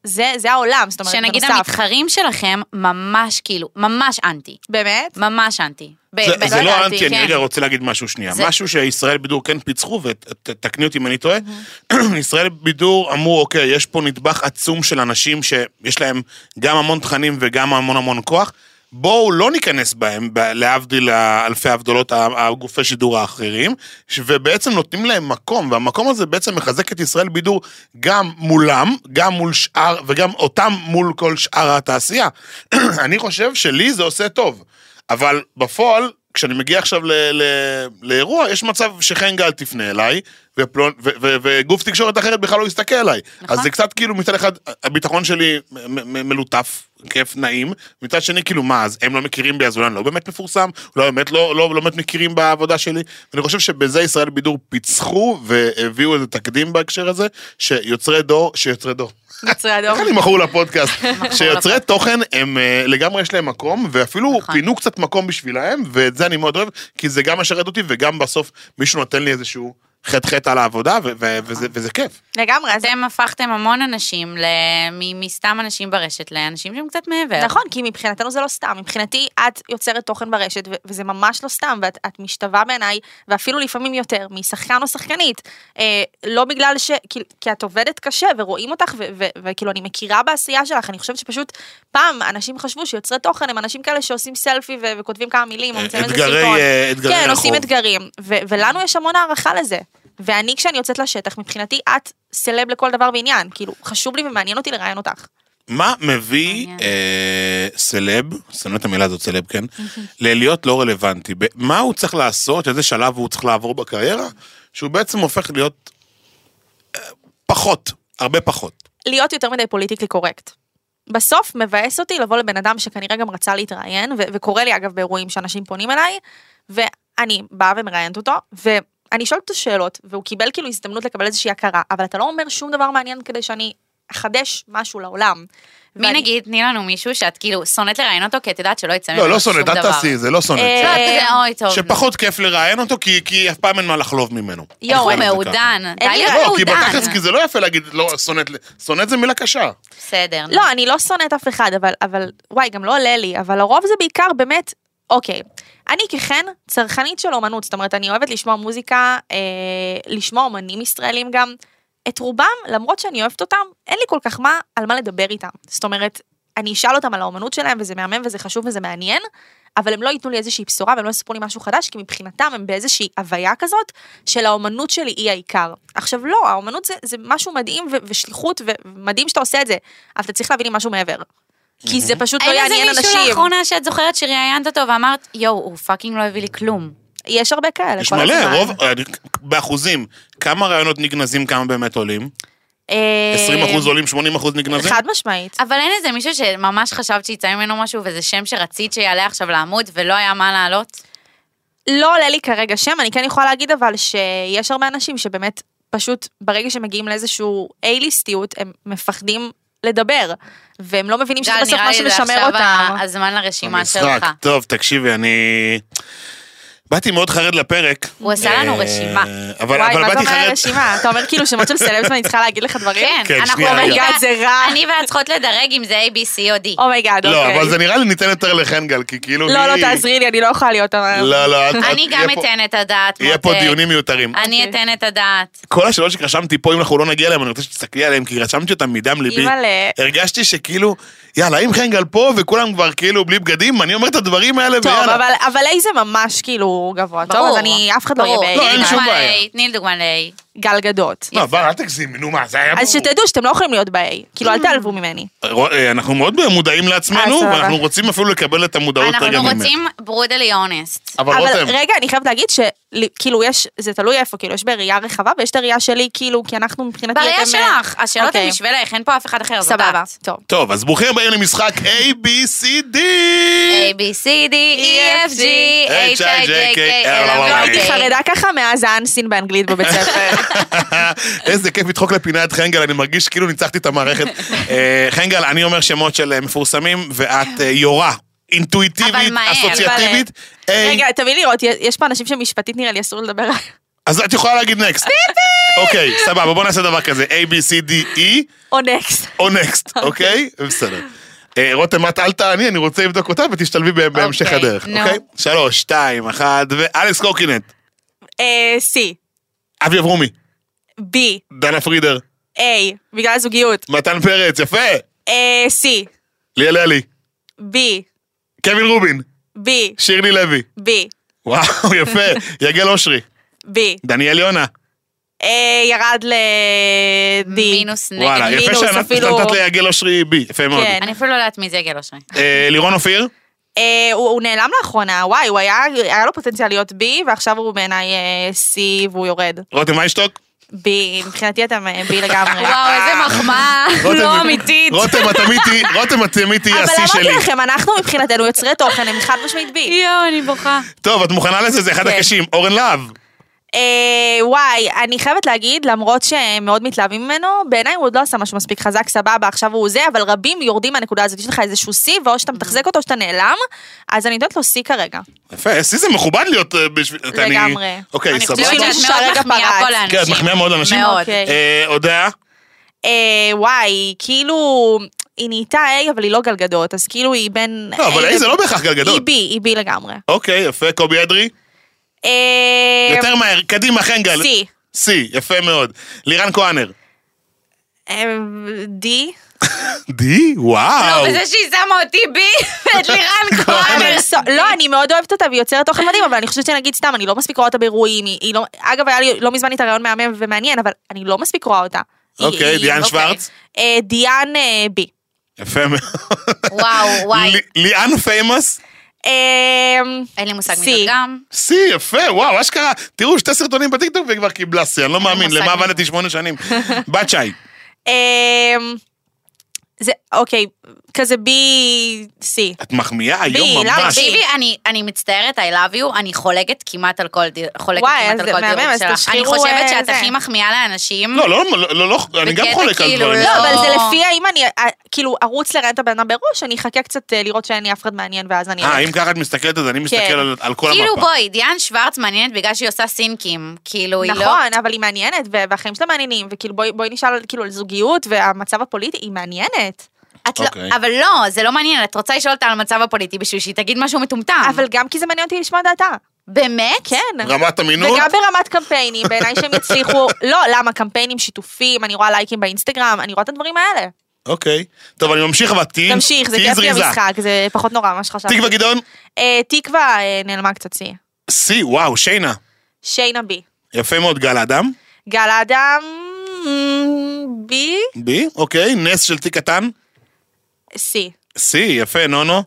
זה העולם, זאת אומרת, שנגיד בנוסף. המתחרים שלכם ממש כאילו, ממש אנטי. באמת? ממש אנטי. זה לא אנטי, אני רגע רוצה להגיד משהו שנייה. משהו שישראל בידור כן פיצחו, ותקני אותי אם אני טועה, ישראל בידור אמרו, אוקיי, יש פה נדבך עצום של אנשים שיש להם גם המון תכנים וגם המון כוח, בואו לא ניכנס בהם, להבדיל אלפי הבדלות הגופי שידור האחרים, ובעצם נותנים להם מקום, והמקום הזה בעצם מחזק את ישראל בידור גם מולם, גם מול שאר, וגם אותם מול כל שאר התעשייה. אני חושב שלי זה עושה טוב, אבל בפועל, כשאני מגיע עכשיו לאירוע, יש מצב שחן גל תפנה אליי, וגוף תקשורת אחרת בכלל לא יסתכל אליי. אז זה קצת כאילו מצד אחד, הביטחון שלי מלוטף, כיף, נעים, מצד שני כאילו מה, אז הם לא מכירים בי, אז אולי לא באמת מפורסם, אולי באמת לא באמת מכירים בעבודה שלי, ואני חושב שבזה ישראל בידור פיצחו, והביאו איזה תקדים בהקשר הזה, שיוצרי דור, איך אני מכור לפודקאסט, שיוצרי תוכן הם לגמרי יש להם מקום, ואפילו פינו קצת מקום בשבילהם, ואת זה אני מאוד אוהב, כי זה גם משרת אותי, וגם בסוף מישהו נותן לי איזשהו חטא על העבודה, וזה כיף. לגמרי. אתם הפכתם המון אנשים, מסתם אנשים ברשת, לאנשים שהם קצת מעבר. נכון, כי מבחינתנו זה לא סתם. מבחינתי, את יוצרת תוכן ברשת, וזה ממש לא סתם, ואת משתווה בעיניי, ואפילו לפעמים יותר, משחקן או שחקנית. לא בגלל כי את עובדת קשה, ורואים אותך, וכאילו אני מכירה בעשייה שלך, אני חושבת שפשוט פעם אנשים חשבו שיוצרי תוכן הם אנשים כאלה שעושים סלפי, וכותבים כמה מילים, או מצאים איזה סרטון. כן, עושים אתגרים. ולנו יש המון הערכה לזה. ואני כשאני יוצאת לשטח, מבחינתי את סלב לכל דבר ועניין, כאילו חשוב לי ומעניין אותי לראיין אותך. מה מביא סלב, שונא את המילה הזאת סלב, כן? להיות לא רלוונטי. מה הוא צריך לעשות, איזה שלב הוא צריך לעבור בקריירה, שהוא בעצם הופך להיות פחות, הרבה פחות. להיות יותר מדי פוליטיקלי קורקט. בסוף מבאס אותי לבוא לבן אדם שכנראה גם רצה להתראיין, וקורא לי אגב באירועים שאנשים פונים אליי, ואני באה ומראיינת אותו, אני שואלת את השאלות, והוא קיבל כאילו הזדמנות לקבל איזושהי הכרה, אבל אתה לא אומר שום דבר מעניין כדי שאני אחדש משהו לעולם. מי נגיד, תני לנו מישהו שאת כאילו שונאת לראיין אותו, כי את יודעת שלא יצא ממנו לא שום דבר. שונאת, אל תעשי, זה לא שונאת. אוי, טוב. שפחות כיף לראיין אותו, כי אף פעם אין מה לחלוב ממנו. איך הוא מעודן. לא, כי בתכלס, כי זה לא יפה להגיד, לא, שונאת זה מילה קשה. בסדר. לא, אני לא שונאת אף אחד, אבל וואי, גם לא עולה לי, אבל הרוב זה בעיקר באמת, אוקיי. אני ככן צרכנית של אומנות, זאת אומרת, אני אוהבת לשמוע מוזיקה, לשמוע אומנים ישראלים גם, את רובם, למרות שאני אוהבת אותם, אין לי כל כך על מה לדבר איתם. זאת אומרת, אני אשאל אותם על האומנות שלהם, וזה מהמם וזה חשוב וזה מעניין, אבל הם לא ייתנו לי איזושהי בשורה, והם לא יספרו לי משהו חדש, כי מבחינתם הם באיזושהי הוויה כזאת, של האומנות שלי היא העיקר. עכשיו לא, האומנות זה משהו מדהים ושליחות, ומדהים שאתה עושה את זה, אבל אתה צריך להבין לי משהו מעבר. כי זה פשוט לא יעניין אנשים. אין איזה מישהו לאחרונה שאת זוכרת שראיינת אותו ואמרת, יואו, הוא פאקינג לא הביא לי כלום. יש הרבה כאלה. יש מלא, רוב, באחוזים, כמה רעיונות נגנזים, כמה באמת עולים? 20% עולים, 80% נגנזים? חד משמעית. אבל אין איזה מישהו שממש חשבת שיצא ממנו משהו, וזה שם שרצית שיעלה עכשיו לעמוד, ולא היה מה לעלות? לא עולה לי כרגע שם, אני כן יכולה להגיד אבל שיש הרבה אנשים שבאמת פשוט ברגע שמגיעים לאיזשהו A-ליסטיות, הם מפחדים לדבר, והם לא מבינים שזה בסוף מה שמשמר אותם. עכשיו הזמן לרשימה שלך. טוב, תקשיבי, אני באתי מאוד חרד לפרק. הוא עשה לנו רשימה. וואי, מה זאת אומרת רשימה? אתה אומר כאילו שמות של סלבס ואני צריכה להגיד לך דברים? כן, אנחנו אני ואת צריכות לדרג אם זה A, B, C או D. אומייגאד, לא, אבל זה נראה לי ניתן יותר לחן גל, כי כאילו... לא, תעזרי לי, אני לא יכולה להיות... לא, אני גם אתן את הדעת. יהיה פה דיונים מיותרים. אני אתן את הדעת. כל השאלות שרשמתי פה, אם אנחנו לא נגיע אליהם, אני רוצה שתסתכלי עליהם, כי רשמתי אותם מדם ליבי. הרגשתי שכאילו, יאללה, אם חן גל פה וכולם כבר כאילו בלי בגדים, אני אומר את הדברים האלה ויאללה. טוב, אבל A זה ממש כאילו גבוה. טוב, אז אף אחד לא יהיה ב-A. לא, אין שום בעיה. תני לי דוגמה ל-A. גל גדות. לא, אבל אל תגזימי, נו מה, זה היה... אז שתדעו שאתם לא יכולים להיות ב-A. כאילו, אל תעלבו ממני. אנחנו מאוד מודעים לעצמנו, ואנחנו רוצים אפילו לקבל את המודעות רגע ממנו. אנחנו רוצים ברודלי אונסט. אבל רגע, אני חייבת להגיד שכאילו יש, זה תלוי איפה, כאילו, יש בראייה רחבה, ויש את הראייה שלי, כאילו, כי אנחנו מבחינתי... בראייה שלך, השאלות הן בשבילך, אין פה אף אחד אחר. סבבה, טוב, אז ברוכים הבאים למשחק A, B, C, D. A, B, C, D, E, F, G, H, I, J, K, L, לא הייתי חרדה ככה מאז האנסין באנגלית בבית ספר. איזה כיף לדחוק לפינה את חן גל, אני מרגיש כאילו ניצחתי את המערכת. חן גל, אני אומר שמות של מפורסמים, ואת יורה, אינטואיטיבית, אסוציאטיבית. רגע, תביא לראות, יש פה אנשים שמשפטית נראה לי אסור לדבר. אז את יכולה להגיד נקסט. אוקיי, סבבה, בוא נעשה דבר כזה, A, B, C, D, E, או נקסט. או נקסט, אוקיי? בסדר. רותם, את אל תעני, אני רוצה לבדוק אותה ותשתלבי בהמשך אוקיי, הדרך, נו. אוקיי? 3, 2, 1, ואלכס קורקינט. C. אבי אברומי. B. דנה פרידר. A. בגלל הזוגיות. מתן פרץ, יפה. C. ליאל אלי. B. קווין רובין. B. שירלי לוי. B. וואו, יפה. יגל אושרי. B. דניאל יונה. ירד ל-D. מינוס נגד. וואלה, יפה מינוס, אפילו- שנתת ליגל אושרי בי, יפה מאוד. כן. אני אפילו לא יודעת מי זה יגל אושרי. לירון אופיר. הוא נעלם לאחרונה, וואי, היה לו פוטנציאל להיות B, ועכשיו הוא בעיניי C והוא יורד. רותם איינשטוק. B, מבחינתי אתם B לגמרי. וואו, איזה מחמאה, לא אמיתית. רותם, את תמיד תהיי אבל השיא שלי. אמרתי לכם, אנחנו מבחינתנו יוצרי תוכן, הם חד משמעית B. יואו, אני בוכה. טוב, את מוכנה לזה? זה אחד כן. הקשים. אורן להב. וואי, אני חייבת להגיד, למרות שהם מאוד מתלהבים ממנו, בעיניי הוא עוד לא עשה משהו מספיק חזק, סבבה, עכשיו הוא זה, אבל רבים יורדים מהנקודה הזאת, יש לך איזשהו C, ואו שאתה מתחזק אותו או שאתה נעלם, אז אני יודעת לו C כרגע. יפה, שיא זה מכובד להיות בשביל... לגמרי. אוקיי, אני סבבה. חושבת שאת שהרגע מאוד מחמיאה פרץ. פה לאנשים. כן, את מחמיאה מאוד לאנשים. מאוד. אוקיי. הודעה? וואי, כאילו, היא נהייתה A, אבל היא לא גלגדות, אז כאילו היא בין... לא, אבל A זה לא בהכרח גלגדות. היא B לגמרי. אוקיי, יפה, קובי אדרי. יותר מהר, קדימה, חנגל. C. C, יפה מאוד. לירן כהנר. D. די? וואו. לא, וזה שהיא שמה אותי בי, ואת לירן כהנר. לא, אני מאוד אוהבת אותה והיא יוצרת תוכן מדהים, אבל אני חושבת שנגיד סתם, אני לא מספיק רואה אותה באירועים, אגב, היה לי לא מזמן את הרעיון מהמם ומעניין, אבל אני לא מספיק רואה אותה. אוקיי, דיאן שוורץ. דיאן B. יפה מאוד. וואו, וואי. ליאן פיימוס. אין לי מושג C. מזה גם. C, יפה, וואו, אשכרה. תראו, 2 סרטונים בטיקטוק וכבר קיבלה C, אני לא מאמין, מושג למה מזה. עבדתי 8 שנים. בת שי. זה, אוקיי, כזה B, C. את מחמיאה היום בי, למה? ממש. תקשיבי, אני מצטערת, I love you, אני חולקת כמעט על כל וואי, אז דירוג מהמם, אז שלך. אני תשחירו, חושבת שאת זה. הכי מחמיאה לאנשים. לא, אני גם בקטע חולק על כאילו, דברים. לא, אבל זה לא. לפי האם אני, כאילו, ארוץ לראיין את הבן אדם בראש, אני אחכה קצת לראות שאין לי אף אחד מעניין, ואז אני... אם ככה את מסתכלת, אז אני מסתכל כן. על כל כאילו המפה. בואי, דיאן שוורץ מעניינת בגלל שהיא עושה סינקים. כאילו היא לא... נכון, אבל היא מעניינת, והחיים שלה מעניינים, וכאילו בואי נשאל כאילו על זוגיות, והמצב הפוליטי, היא מעניינת. את לא, אוקיי. אבל לא, זה לא מעניין, את רוצה לשאול אותה על המצב הפוליטי בשביל שהיא תגיד משהו מטומטם. אבל גם כי זה מעניין אותי לשמוע דעתה. באמת? כן. רמת אמינות? וגם ברמת קמפיינים, בעיניי שהם יצליחו, לא, למה, קמפיינים שיתופים, אני רואה לייקים באינסטגרם, אני רואה את הדברים האלה. אוקיי. טוב, אני ממשיך, אבל תהיי תמשיך, זה תהיי כיף לי זריזה. המשחק, זה פחות נורא, מה שחשבתי. תקווה גדעון? תקווה נעלמה קצת C. C, וואו, שיינה. שיינה B. יפה מאוד, גל האדם. גל האדם B. B, אוקיי. נס של תיק קטן. C. C, יפה, נונו.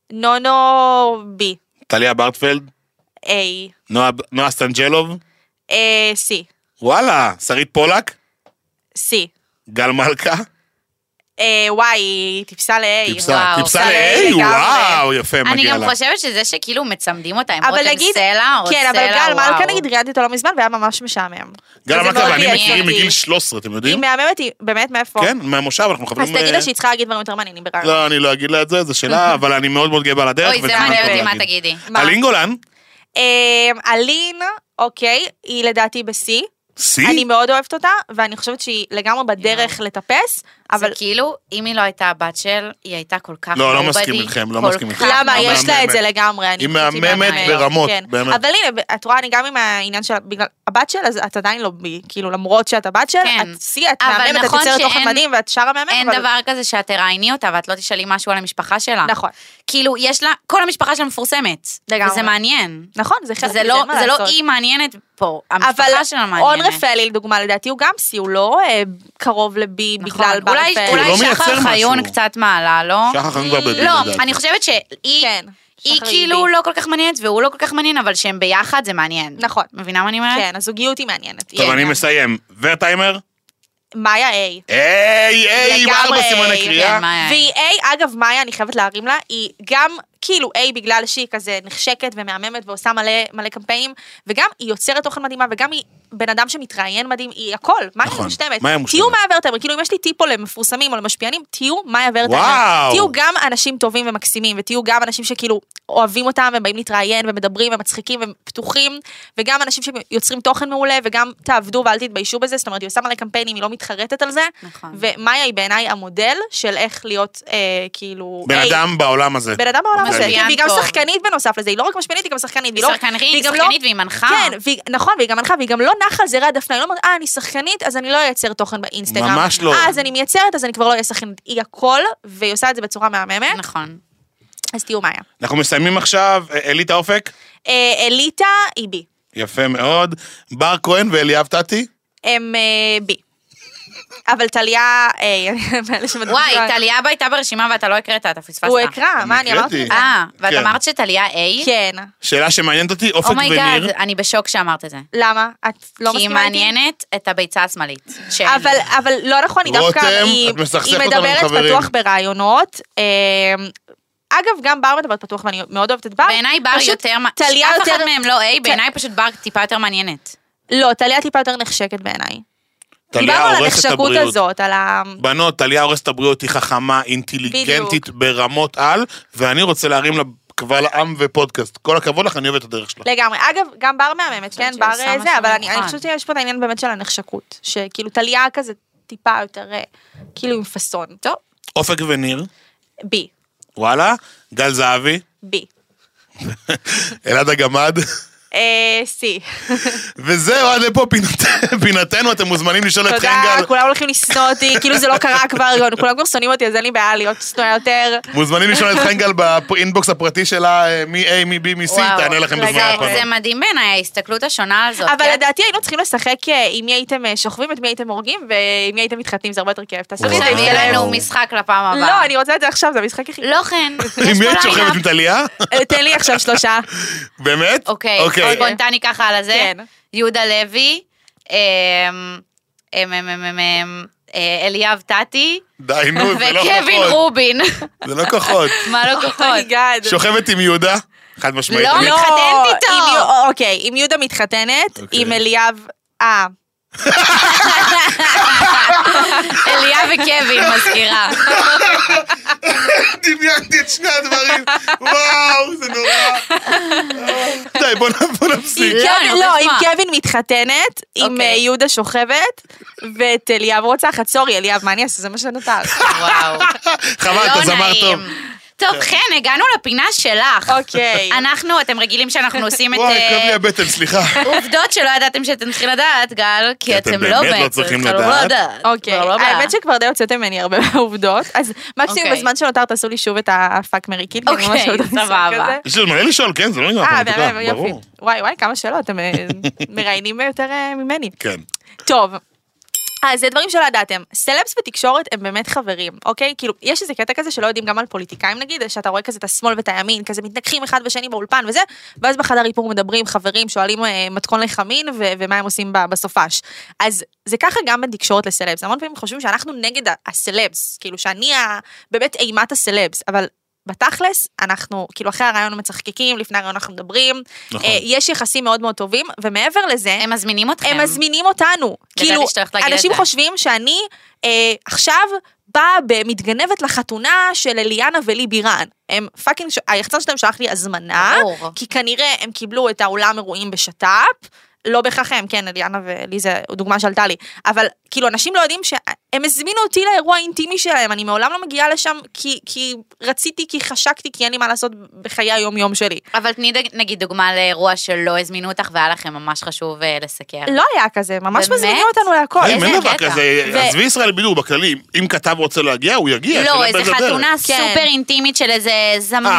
נונו B. טליה ברטפלד. A. נועה סטנג'לוב. C. וואלה, שרית פולק. C. גל מלכה. וואי, היא טיפסה ל-A. טיפסה וואו, ל-A, לגמרי. וואו, יפה, אני מגיע גם לה. חושבת שזה שכאילו מצמדים אותה עם אבל רותם נגיד, סלע, או כן, אבל סלע, גל מלכה וואו. נגיד ראיינתי אותו לא מזמן והיה ממש משעמם. גל וזה מלכה מאוד ואני ביאס מכירים אותי. מגיל 13, אתם היא יודעים? מהממת, היא באמת מאיפה? כן, מהמושב, אנחנו אז מחברים... תגיד לה שהיא צריכה להגיד דברים יותר מעניינים ברעיון. לא, אני לא אגיד לה את זה, זה שלה, אבל אני מאוד מאוד גאה בה על הדרך. אוי, זה וזה מעניין טוב אותי מה להגיד. תגידי. מה? אלין גולן. אלין, אוקיי, היא לדעתי ב-C. C? אני מאוד אוהבת אותה, ואני חושבת שהיא לגמרי בדרך לטפס, אבל אבל כאילו, אם היא לא הייתה הבת של, היא הייתה כל כך לא, לא nobody, מסכים איתכם, לא כל מסכים כך איתכם. למה? היא יש לה את זה מהממת. לגמרי. אני היא חושבת שהיא מהממת מהממת. ברמות, כן. באמת. אבל הנה, את רואה, אני גם עם העניין של, בגלל הבת של, אז את עדיין לא בי, כאילו, למרות שאת הבת של, כן. את שיא, את אבל מהממת, את נכון יוצרת תוכן שאין- מדהים, ואת שרה מהמם, אין אבל... דבר כזה שאת תראייני אותה ואת לא תשאלי משהו על המשפחה שלה. נכון. כאילו, יש לה, כל המשפחה שלה מפורסמת. לגמרי. וזה מעניין. נכון, זה חלק זה מזה, לא, אין מה זה לא לעשות. היא מעניינת פה, אבל המשפחה שלה און מעניינת. רפאלי, לדוגמה, לדעתי הוא גם C, הוא לא קרוב לבי נכון. בגלל בר אולי- רפאלי. הוא לא אולי מייצר שחר חיון משהו. קצת מעלה, לא? שחר חיון כבר בדין, לא, לדעתי. אני חושבת שהיא כן. היא שחר כאילו בי. לא כל כך מעניינת והוא לא כל כך מעניין, אבל שהם ביחד זה מעניין. נכון. מבינה מה אני אומרת? כן, הזוגיות היא מעניינת. טוב, היא אני עניין. מסיים. ורטיימר? מאיה A. היי, עם לגמרי, 4 סימני קריאה. כן, מאיה. והיא A, אגב, מאיה, אני חייבת להרים לה, היא גם כאילו בגלל שהיא כזה נחשקת ומהממת ועושה מלא קמפיינים, וגם היא יוצרת תוכן מדהימה, וגם היא בן אדם שמתראיין מדהים, היא הכל, מה היא מושלמת? תהיו מאיה ורטהיימר, כאילו אם יש לי טיפ פה למפורסמים או למשפיענים, תהיו מאיה ורטהיימר, תהיו גם אנשים טובים ומקסימים, ותהיו גם אנשים שכאילו אוהבים אותם, והם באים להתראיין ומדברים ומצחיקים ופתוחים, וגם אנשים שיוצרים תוכן מעולה, וגם תעבדו ואל תתביישו בזה, זאת אומרת, היא עושה מלא קמפיינים, היא לא מתחרטת על זה, ומאיה היא בעיניי המודל של איך להיות כאילו בן אדם בעולם הזה. בן אדם בעולם הזה, והיא גם שחקנית בנוסף לזה, היא לא רק משפיענית, היא גם שחקנית. היא שחקנית והיא מנחה. כן, נכון, והיא גם מנחה, והיא גם לא נחה על זרי הדפנה, היא לא אומרת, אני שחקנית, אז אני לא אייצר תוכן באינסטגרם. ממש לא. אז אני מייצרת, אז אני כבר לא אהיה שחקנית. היא הכל, והיא עושה את זה בצורה מהממת. נכון. אז תהיו מאיה. אנחנו מסיימים עכשיו, אליטה אופק? אליטה היא בי. יפה מאוד. בר כהן ואליאב טאטי? הם בי. אבל טליה, וואי, טליה הייתה ברשימה ואתה לא הקראת, אתה פספסת. הוא הקרא, מה אני אמרתי? ואת אמרת שטליה A? כן. שאלה שמעניינת אותי, אופק וניר. אומייגאד, אני בשוק שאמרת את זה. למה? את לא כי היא מסכימה איתי? מעניינת את הביצה השמאלית. אבל לא נכון, היא דווקא, היא מדברת פתוח ברעיונות. אגב, גם בר מדברת פתוח, ואני מאוד אוהבת את בר. בעיניי בר יותר, אף אחד מהם לא A, בעיניי פשוט בר טיפה יותר מעניינת. לא, טליה טיפה יותר נחשקת בעיניי. טליה דיברנו על הורסת את הנחשקות הבריאות. הזאת, על ה... בנות, טליה הורסת את הבריאות, היא חכמה, אינטליגנטית ברמות על, ואני רוצה להרים לה קבל עם ופודקאסט. כל הכבוד לך, אני אוהב את הדרך שלה. לגמרי. אגב, גם בר מהממת, כן? בר זה, אבל אני חושבת שיש פה את העניין באמת של הנחשקות, שכאילו טליה כזה טיפה יותר, כאילו עם פסון. טוב. אופק וניר? בי. וואלה? גל זהבי? בי. אלעד הגמד? סי. וזהו, עד לפה פינתנו, אתם מוזמנים לשאול את חנגל. תודה, כולם הולכים לשנוא אותי, כאילו זה לא קרה כבר, כולם כבר שונאים אותי, אז אין לי בעיה להיות שנואה יותר. מוזמנים לשאול את חנגל באינבוקס הפרטי שלה, מי A, מי B, מי C, תענה לכם בזמן הפעם. זה מדהים בעיניי, ההסתכלות השונה הזאת. אבל לדעתי היינו צריכים לשחק עם מי הייתם שוכבים, את מי הייתם הורגים, ועם מי הייתם מתחתנים, זה הרבה יותר כיף. עכשיו יהיה לנו משחק לפעם הבאה. לא, אני רוצה את זה עכשיו, זה המשחק הכי... לא כן. עם מי את שוכבת עם טליה? תן לי עכשיו 3. באמת? אוקיי, ספונטני ככה על הזה. יהודה לוי, אליאב טאטי, די, נו, זה לא כוחות. וקווין רובין. זה לא כוחות. מה לא כוחות? שוכבת עם יהודה? חד משמעית. לא, מתחתנת איתו. אוקיי, עם יהודה מתחתנת, עם אליאב... אליה וקווין מזכירה. דמיינתי את שני הדברים. וואו, זה נורא. די, בוא נפסיק. לא, עם קווין מתחתנת, עם יהודה שוכבת, ואת אליאב רוצחת. סורי, אליאב, מה אני אעשה? זה מה שנותר. וואו. חבל, אתה זמר טוב. טוב, כן, הגענו לפינה שלך. אוקיי. אנחנו, אתם רגילים שאנחנו עושים את... וואי, כאב לי הבטן, סליחה. עובדות שלא ידעתם שאתם צריכים לדעת, גל, כי אתם לא באמת לא צריכים לדעת. אוקיי, האמת שכבר די הוצאתם ממני הרבה מהעובדות, אז מקסימום בזמן שנותר תעשו לי שוב את הפאק מריקיל. אוקיי, סבבה. יש לנו מלא לשאול, כן, זה לא נראה. באמת, יופי. וואי, כמה שאלות, אתם מראיינים יותר ממני. כן. טוב. אז זה דברים שלא ידעתם. סלבס ותקשורת הם באמת חברים, אוקיי? כאילו, יש איזה קטע כזה שלא יודעים גם על פוליטיקאים נגיד, שאתה רואה כזה את השמאל ואת הימין, כזה מתנגחים אחד בשני באולפן וזה, ואז בחדר איפור מדברים, חברים, שואלים מתכון לחמין ומה הם עושים בסופש. אז זה ככה גם בין תקשורת לסלבס. המון פעמים חושבים שאנחנו נגד הסלבס, כאילו שאני באמת אימת הסלבס, אבל בתכלס, אנחנו, כאילו אחרי הרעיון מצחקקים, לפני הרעיון אנחנו מדברים, יש יחסים מאוד מאוד טובים, ומעבר לזה, הם מזמינים אתכם. הם מזמינים אותנו. כאילו, אנשים חושבים שאני עכשיו באה מתגנבת לחתונה של אליאנה ולי בירן. הם פאקינג, היחצן שלהם שלח לי הזמנה, כי כנראה הם קיבלו את האולם אירועים בשטאפ, לא בהכרח הם, כן, אליאנה ולי זה דוגמה שעלתה לי, אבל כאילו אנשים לא יודעים שהם הזמינו אותי לאירוע האינטימי שלהם, אני מעולם לא מגיעה לשם כי רציתי, כי חשקתי, כי אין לי מה לעשות בחיי היום-יום שלי. אבל תני נגיד דוגמה לאירוע שלא הזמינו אותך והיה לכם ממש חשוב לסקר. לא היה כזה, ממש מזמינים אותנו להכל. אין דבר כזה, עזבי ישראל בידור בכללי, אם כתב רוצה להגיע, הוא יגיע. לא, איזה חתונה סופר אינטימית של איזה זמר.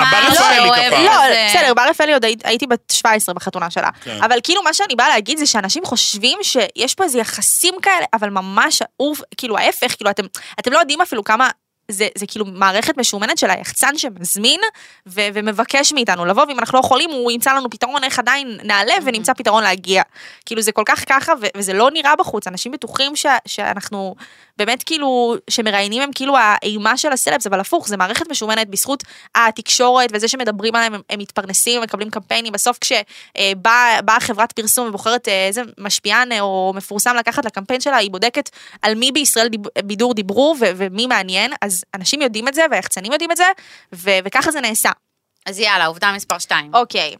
בסדר, בר רפאלי עוד הייתי בת 17 בחתונה שלה, אבל כאילו מה שאני באה להגיד זה שאנשים חושבים שיש פה איזה יחסים כאלה, אבל ממש כאילו ההפך, כאילו אתם לא יודעים אפילו כמה זה כאילו מערכת משומנת של היחצן שמזמין ומבקש מאיתנו לבוא, ואם אנחנו לא יכולים, הוא ימצא לנו פתרון איך עדיין נעלה ונמצא פתרון להגיע. כאילו זה כל כך ככה, וזה לא נראה בחוץ. אנשים בטוחים שאנחנו באמת כאילו, שמראיינים הם כאילו האימה של הסלבס, אבל הפוך, זה מערכת משומנת בזכות התקשורת וזה שמדברים עליהם, הם מתפרנסים, מקבלים קמפיינים. בסוף כשבאה חברת פרסום ובוחרת איזה משפיען או מפורסם לקחת לקמפיין שלה, היא בודקת על מי בישראל בידור דיברו ומי מעניין, אז אנשים יודעים את זה והיחצנים יודעים את זה, וככה זה נעשה. אז יאללה, עובדה מספר 2. אוקיי.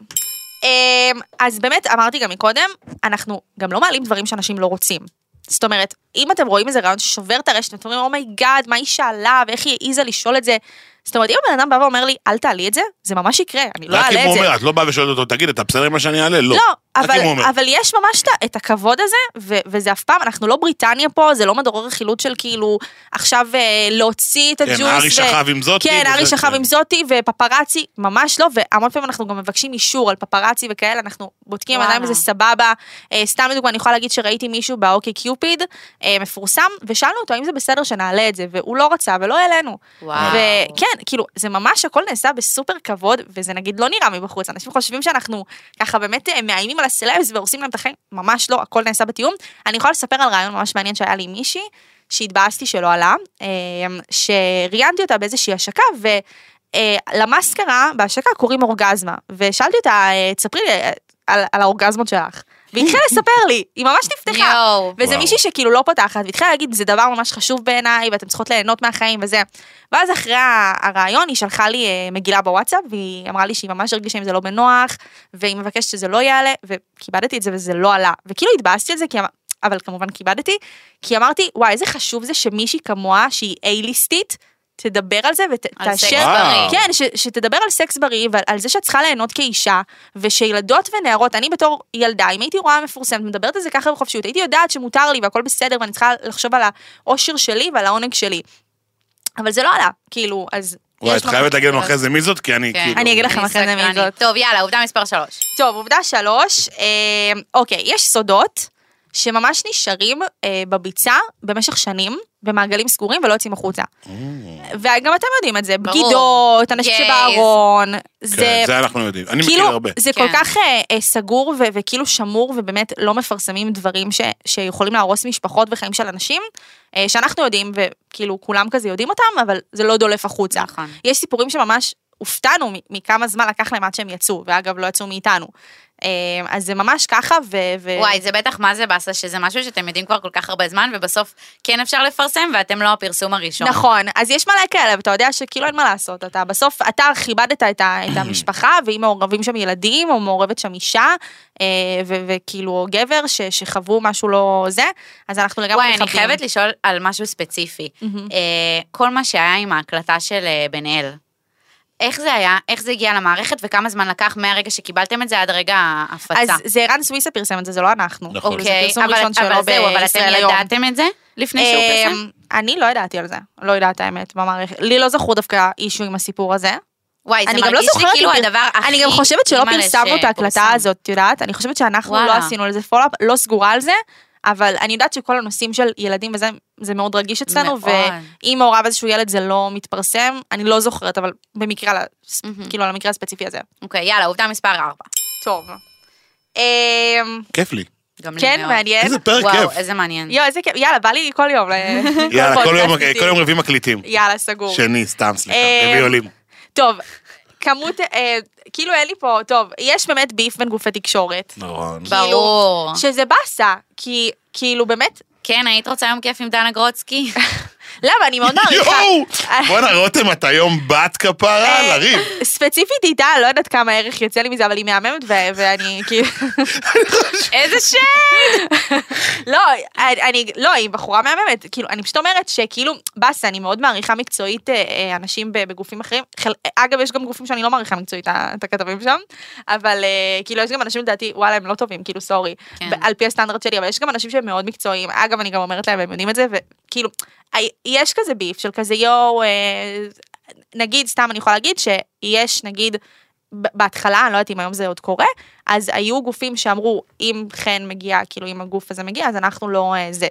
אז באמת אמרתי גם מקודם, אנחנו גם לא מעלים דברים שאנשים לא רוצים. זאת אומרת, אם אתם רואים איזה רעיון ששובר את הרשת, אתם אומרים, אומייגאד, מה היא שאלה, ואיך היא העיזה לשאול את זה, זאת אומרת, אם הבן אדם בא ואומר לי, אל תעלי את זה, זה ממש יקרה, אני לא אעלה את זה. רק אם הוא אומר, את לא באה ושואלת אותו, תגיד, אתה בסדר עם מה שאני אעלה? לא. אבל יש ממש את הכבוד הזה, וזה אף פעם, אנחנו לא בריטניה פה, זה לא מדור רכילות של כאילו, עכשיו להוציא את הג'וס. כן, ארי שכב עם זאתי. כן, ארי שכב עם זאתי, ופפרצי, ממש לא, והמון פעמים אנחנו גם מבקשים אישור על פפרצי וכאלה, אנחנו בודקים עדיין איזה סבבה. סתם לדוגמה, אני יכולה להגיד שראיתי מישהו באוקי קיופיד, מפורסם, ושאלנו אותו, האם זה בסדר שנעלה את זה, והוא לא רצה ולא אלינו. וכן, כאילו, זה ממש הכל נעשה בסופר כבוד, וזה נגיד לא נראה מבחוץ. אנשים חושבים שאנחנו ככה באמת מאיימים על הסלבס והורסים להם את החיים, ממש לא, הכל נעשה בתיאום. אני יכולה לספר על רעיון ממש מעניין שהיה לי עם מישהי, שהתבאסתי שלא עלה, שראיינתי אותה באיזושהי השקה, ולמסקרה בהשקה קוראים אורגזמה, ושאלתי אותה, תספרי לי על האורגזמות שלך. והיא התחילה לספר לי, היא ממש נפתחה, וזה מישהי שכאילו לא פותחת, והתחילה להגיד, זה דבר ממש חשוב בעיניי, ואתם צריכות ליהנות מהחיים וזה. ואז אחרי הרעיון, היא שלחה לי מגילה בוואטסאפ, והיא אמרה לי שהיא ממש הרגישה אם זה לא בנוח, והיא מבקשת שזה לא יעלה, וכיבדתי את זה וזה לא עלה. וכאילו התבאסתי את זה, אבל כמובן כיבדתי, כי אמרתי, וואי, איזה חשוב זה שמישהי כמוה, שהיא איליסטית, תדבר על זה ותאשר, כן, שתדבר על סקס בריא ועל זה שאת צריכה ליהנות כאישה, ושילדות ונערות, אני בתור ילדה, אם הייתי רואה מפורסמת, מדברת על זה ככה בחופשיות, הייתי יודעת שמותר לי והכל בסדר, ואני צריכה לחשוב על האושר שלי ועל העונג שלי. אבל זה לא עלה, כאילו, אז... וואי, את חייבת להגיד לנו אחרי זה מי זאת, כי אני כאילו... אני אגיד לכם אחרי זה מי זאת. טוב, יאללה, עובדה מספר 3. טוב, עובדה 3, אוקיי, יש סודות שממש נשארים בביצה במשך שנים, במעגלים סגורים ולא יוצאים החוצה. וגם אתם יודעים את זה, בגידות, אנשים שבארון, זה אנחנו יודעים, אני מכיר הרבה. זה כל כך סגור וכאילו שמור, ובאמת לא מפרסמים דברים שיכולים להרוס משפחות וחיים של אנשים, שאנחנו יודעים, וכאילו כולם כזה יודעים אותם, אבל זה לא דולף החוצה. יש סיפורים שממש הופתענו מכמה זמן לקח להם עד שהם יצאו, ואגב לא יצאו מאיתנו. אז זה ממש ככה וואי, זה בטח מה זה בסה, שזה משהו שאתם יודעים כבר כל כך הרבה זמן, ובסוף כן אפשר לפרסם, ואתם לא הפרסום הראשון. נכון, אז יש מלא כאלה, ואתה יודע שכאילו אין מה לעשות, בסוף אתה כיבדת את המשפחה, ואם מעורבים שם ילדים, או מעורבת שם אישה, וכאילו גבר שחוו משהו לא זה, אז אנחנו לגמרי מכבדים. וואי, אני חייבת לשאול על משהו ספציפי. כל מה שהיה עם ההקלטה של בן אל, איך זה היה? איך זה הגיע למערכת, וכמה זמן לקח מהרגע שקיבלתם את זה עד רגע ההפצה? אז זה ערן סוויסה פרסם את זה, זה לא אנחנו. נכון. זה פרסום ראשון שלו אבל אתם ידעתם את זה לפני שהוא פרסם? אני לא ידעתי על זה, לא יודעת האמת במערכת. לי לא זכור דווקא אישו עם הסיפור הזה. וואי, זה מרגיש לי כאילו הדבר הכי... אני גם חושבת שלא פרסמנו את ההקלטה הזאת, יודעת? אני חושבת שאנחנו לא עשינו על זה פולאפ, לא סגורה על זה, אבל אני יודעת שכל הנושאים של ילדים וזה, זה מאוד רגיש אצלנו, ואם מעורב איזשהו ילד זה לא מתפרסם, אני לא זוכרת, אבל במקרה, כאילו על המקרה הספציפי הזה. אוקיי, יאללה, עובדה מספר 4. טוב. כיף לי. כן, מעניין. איזה פרק כיף. וואו, איזה מעניין. איזה כיף, יאללה, בא לי כל יום. יאללה, כל יום רביעי מקליטים. יאללה, סגור. שני, סתם, סליחה, רביעי עולים. טוב, כמות, כאילו אין לי פה, טוב, יש באמת ביף בין גופי תקשורת. נכון. ברור. שזה בסה, כי כאילו באמת... כן, היית רוצה יום כיף עם דנה גרוצקי? למה, אני מאוד מעריכה. יואו! בוא נרותם, אתה היום בת כפרה, לריב. ספציפית איתה, לא יודעת כמה ערך יוצא לי מזה, אבל היא מהממת, ואני כאילו... איזה שם! לא, היא בחורה מהממת. כאילו, אני פשוט אומרת שכאילו, בסה, אני מאוד מעריכה מקצועית אנשים בגופים אחרים. אגב, יש גם גופים שאני לא מעריכה מקצועית את הכתבים שם, אבל כאילו, יש גם אנשים לדעתי, וואלה, הם לא טובים, כאילו, סורי, על פי הסטנדרט שלי, אבל יש גם אנשים שהם מאוד מקצועיים. אגב, אני גם אומרת להם, הם יודעים את זה, וכאילו, יש כזה ביף של כזה יו, נגיד, סתם אני יכולה להגיד שיש, נגיד, בהתחלה, אני לא יודעת אם היום זה עוד קורה, אז היו גופים שאמרו, אם חן מגיע, כאילו אם הגוף הזה מגיע, אז אנחנו לא זה, כאילו,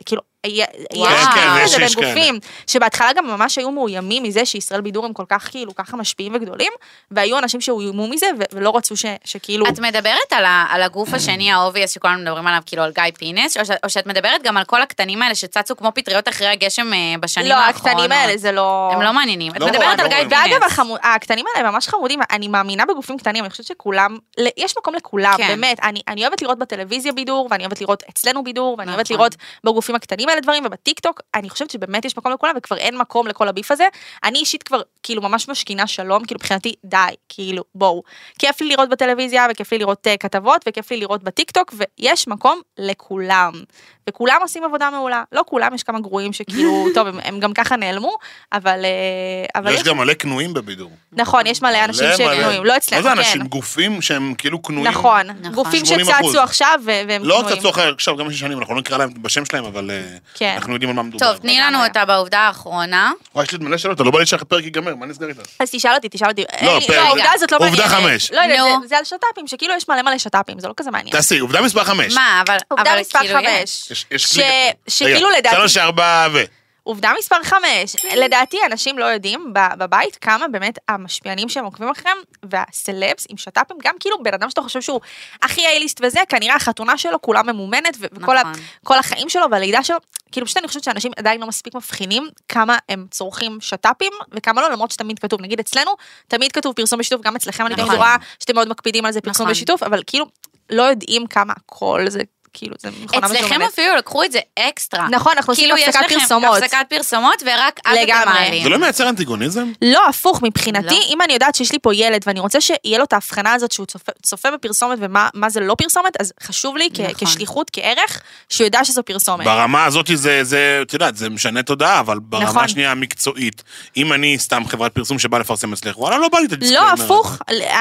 יש כן, זה בין יש גופים, שבהתחלה גם ממש היו מאוימים מזה שישראל בידור הם כל כך כאילו ככה משפיעים וגדולים, והיו אנשים שאוימו מזה ולא רצו שכאילו... את מדברת על הגוף השני האובייס שכולנו מדברים עליו, כאילו על גיא פינס, או שאת מדברת גם על כל הקטנים האלה שצצו כמו פטריות אחרי הגשם בשנים האחרונות? לא, הקטנים האלה זה לא... הם לא מעניינים. את לא מדברת על רואים. גיא פינס. ואגב, הקטנים האלה ממש חמודים, אני מאמינה בגופים קטנים, אני חושבת שכולם, יש מקום לכולם, כן. באמת, אני אוהבת לראות בטלוויזיה בידור, ואני אוהבת לראות אצלנו בידור, ואני אוהבת נכון. לראות בגופים הקטנים האלה דברים, ובטיקטוק, אני חושבת שבאמת יש מקום לכולם, וכבר אין מקום לכל הביף הזה. אני אישית כבר, כאילו, ממש משכינה שלום, כאילו, מבחינתי, די, כאילו, בואו. כיף לי לראות בטלוויזיה, וכיף לי לראות כתבות, וכיף לי לראות בטיקטוק, ויש מקום לכולם. וכולם עושים עבודה מעולה. לא כולם, יש כמה גרועים שכאילו, טוב, הם גם ככה נעלמו, אבל יש גם מלא קנויים בבידור. נכון, יש מלא אנשים שקנויים, לא אצלנו, מה כן. זה אנשים? גופים שהם כאילו קנויים? נכון, נכון. גופים 80%. שצצו עכשיו והם לא קנויים. צצו אחרי, עכשיו גם שנים, אנחנו לא נקרא להם בשם שלהם, אבל כן. אנחנו יודעים על מה מדובר. טוב, תני לנו אותה בעובדה האחרונה. וואי, יש לי מלא שאלות, אתה לא בא לי שהפרק ייגמר, מה נסגר איתה? אז תשאל אותי. לא, העובדה הזאת לא עובדה מעניינת. 5. לא יודעת, נו. זה על שטאפים, שכאילו יש מלא שטאפים, זה לא כזה מעניין. תעשי, עובדה מספר 5. מה, אבל עובדה מספר כאילו 5. יש שכאילו לדעתי... 3, 4 ו... עובדה מספר 5, לדעתי אנשים לא יודעים בבית כמה באמת המשפיענים שהם עוקבים אחריהם, והסלבס עם שטאפים, גם כאילו בן אדם שאתה חושב שהוא הכי אייליסט וזה, כנראה החתונה שלו כולה ממומנת, וכל נכון. כל החיים שלו והלידה שלו, כאילו פשוט אני חושבת שאנשים עדיין לא מספיק מבחינים כמה הם צורכים שטאפים, וכמה לא, למרות שתמיד כתוב, נגיד אצלנו, תמיד כתוב פרסום בשיתוף, גם אצלכם אני נכון. רואה שאתם מאוד מקפידים על זה פרסום נכון. בשיתוף, אבל כאילו לא יודעים כמה הכל זה, כאילו זה מכונה אצלכם משומנת. אפילו לקחו את זה אקסטרה. נכון, אנחנו עושים כאילו יש הפסקת לכם פרסומות. הפסקת פרסומות, ורק אז אתם לגמרי. מעלים. זה לא מייצר אנטיגוניזם? לא, הפוך, מבחינתי, לא. אם אני יודעת שיש לי פה ילד, ואני רוצה שיהיה לו את ההבחנה הזאת שהוא צופה בפרסומת, ומה זה לא פרסומת, אז חשוב לי נכון. כשליחות, כערך, שהוא ידע שזו פרסומת. ברמה הזאת זה, את יודעת, זה משנה תודעה, אבל ברמה נכון. השנייה המקצועית, אם אני סתם חברת פרסום שבאה לפרסם אצלך, וואלה, לא בא לי את הדיסקליימר לא, הזה. הפוך,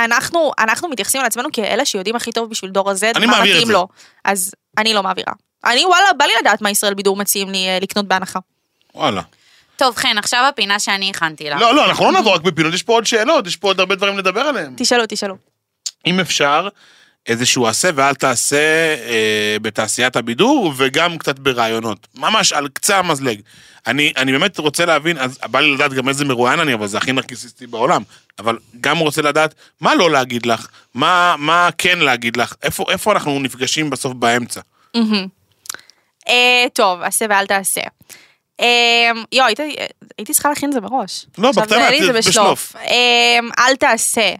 אנחנו מתייחסים על עצמנו כאלה שיודעים הכי טוב בשביל דור הזה, אני מה מעביר את מתאים זה. לו. אז אני לא מעבירה. וואלה, בא לי לדעת מה ישראל בידור מציעים לי לקנות בהנחה. וואלה. טוב, חן, עכשיו הפינה שאני הכנתי לה. לא, אנחנו לא נעבור רק בפינות, יש פה עוד שאלות, יש פה עוד הרבה דברים לדבר עליהם. תשאלו. אם אפשר, איזשהו עשה ואל תעשה בתעשיית הבידור, וגם קצת ברעיונות. ממש על קצה המזלג. אני באמת רוצה להבין, אז בא לי לדעת גם איזה מרואיין אני, אבל זה הכי נרקיסיסטי בעולם. אבל גם רוצה לדעת מה לא להגיד לך, מה כן להגיד לך, איפה אנחנו נפגשים בסוף באמצע. טוב, עשה ואל תעשה. הייתי צריכה להכין את זה מראש. לא, עכשיו, בקטנה, אין לי את זה בשלוף. אל תעשה.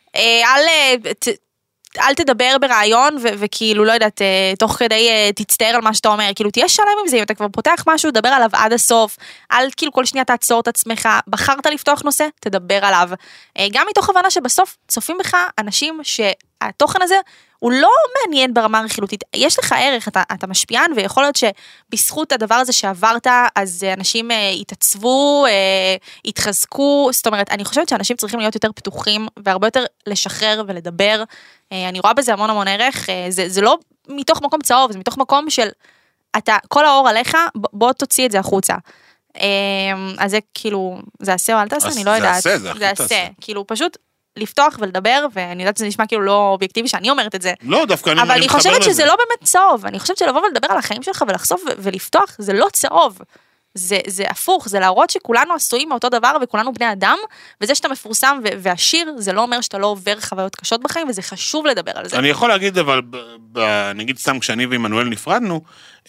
אל תדבר ברעיון, וכאילו, לא יודעת, תוך כדי תצטער על מה שאתה אומר, כאילו, תהיה שלם עם זה, אם אתה כבר פותח משהו, דבר עליו עד הסוף, אל כאילו כל שנייה תעצור את עצמך, בחרת לפתוח נושא, תדבר עליו. גם מתוך הבנה שבסוף צופים בך אנשים שהתוכן הזה, הוא לא מעניין ברמה הרכילותית, יש לך ערך, אתה משפיען, ויכול להיות שבזכות הדבר הזה שעברת, אז אנשים יתעצבו, יתחזקו, זאת אומרת, אני חושבת שאנשים צריכים להיות יותר פתוחים, והרבה יותר לשחרר ולדבר, אני רואה בזה המון ערך, זה לא מתוך מקום צהוב, זה מתוך מקום של, כל האור עליך, בוא תוציא את זה החוצה. אז זה כאילו, זה עשה או אל תעשה, אני לא יודעת. זה עשה, כאילו פשוט, לפתוח ולדבר, ואני יודעת שזה נשמע כאילו לא אובייקטיבי שאני אומרת את זה. לא, דווקא אני אבל אני מתחבר חושבת לזה. שזה לא באמת צהוב, אני חושבת שלבוא ולדבר על החיים שלך ולחשוף ולפתוח, זה לא צהוב. זה הפוך, זה להראות שכולנו עשויים מאותו דבר וכולנו בני אדם, וזה שאתה מפורסם והשיר, זה לא אומר שאתה לא עובר חוויות קשות בחיים, וזה חשוב לדבר על זה. אני יכול להגיד, אבל נגיד סתם כשאני ועמנואל נפרדנו,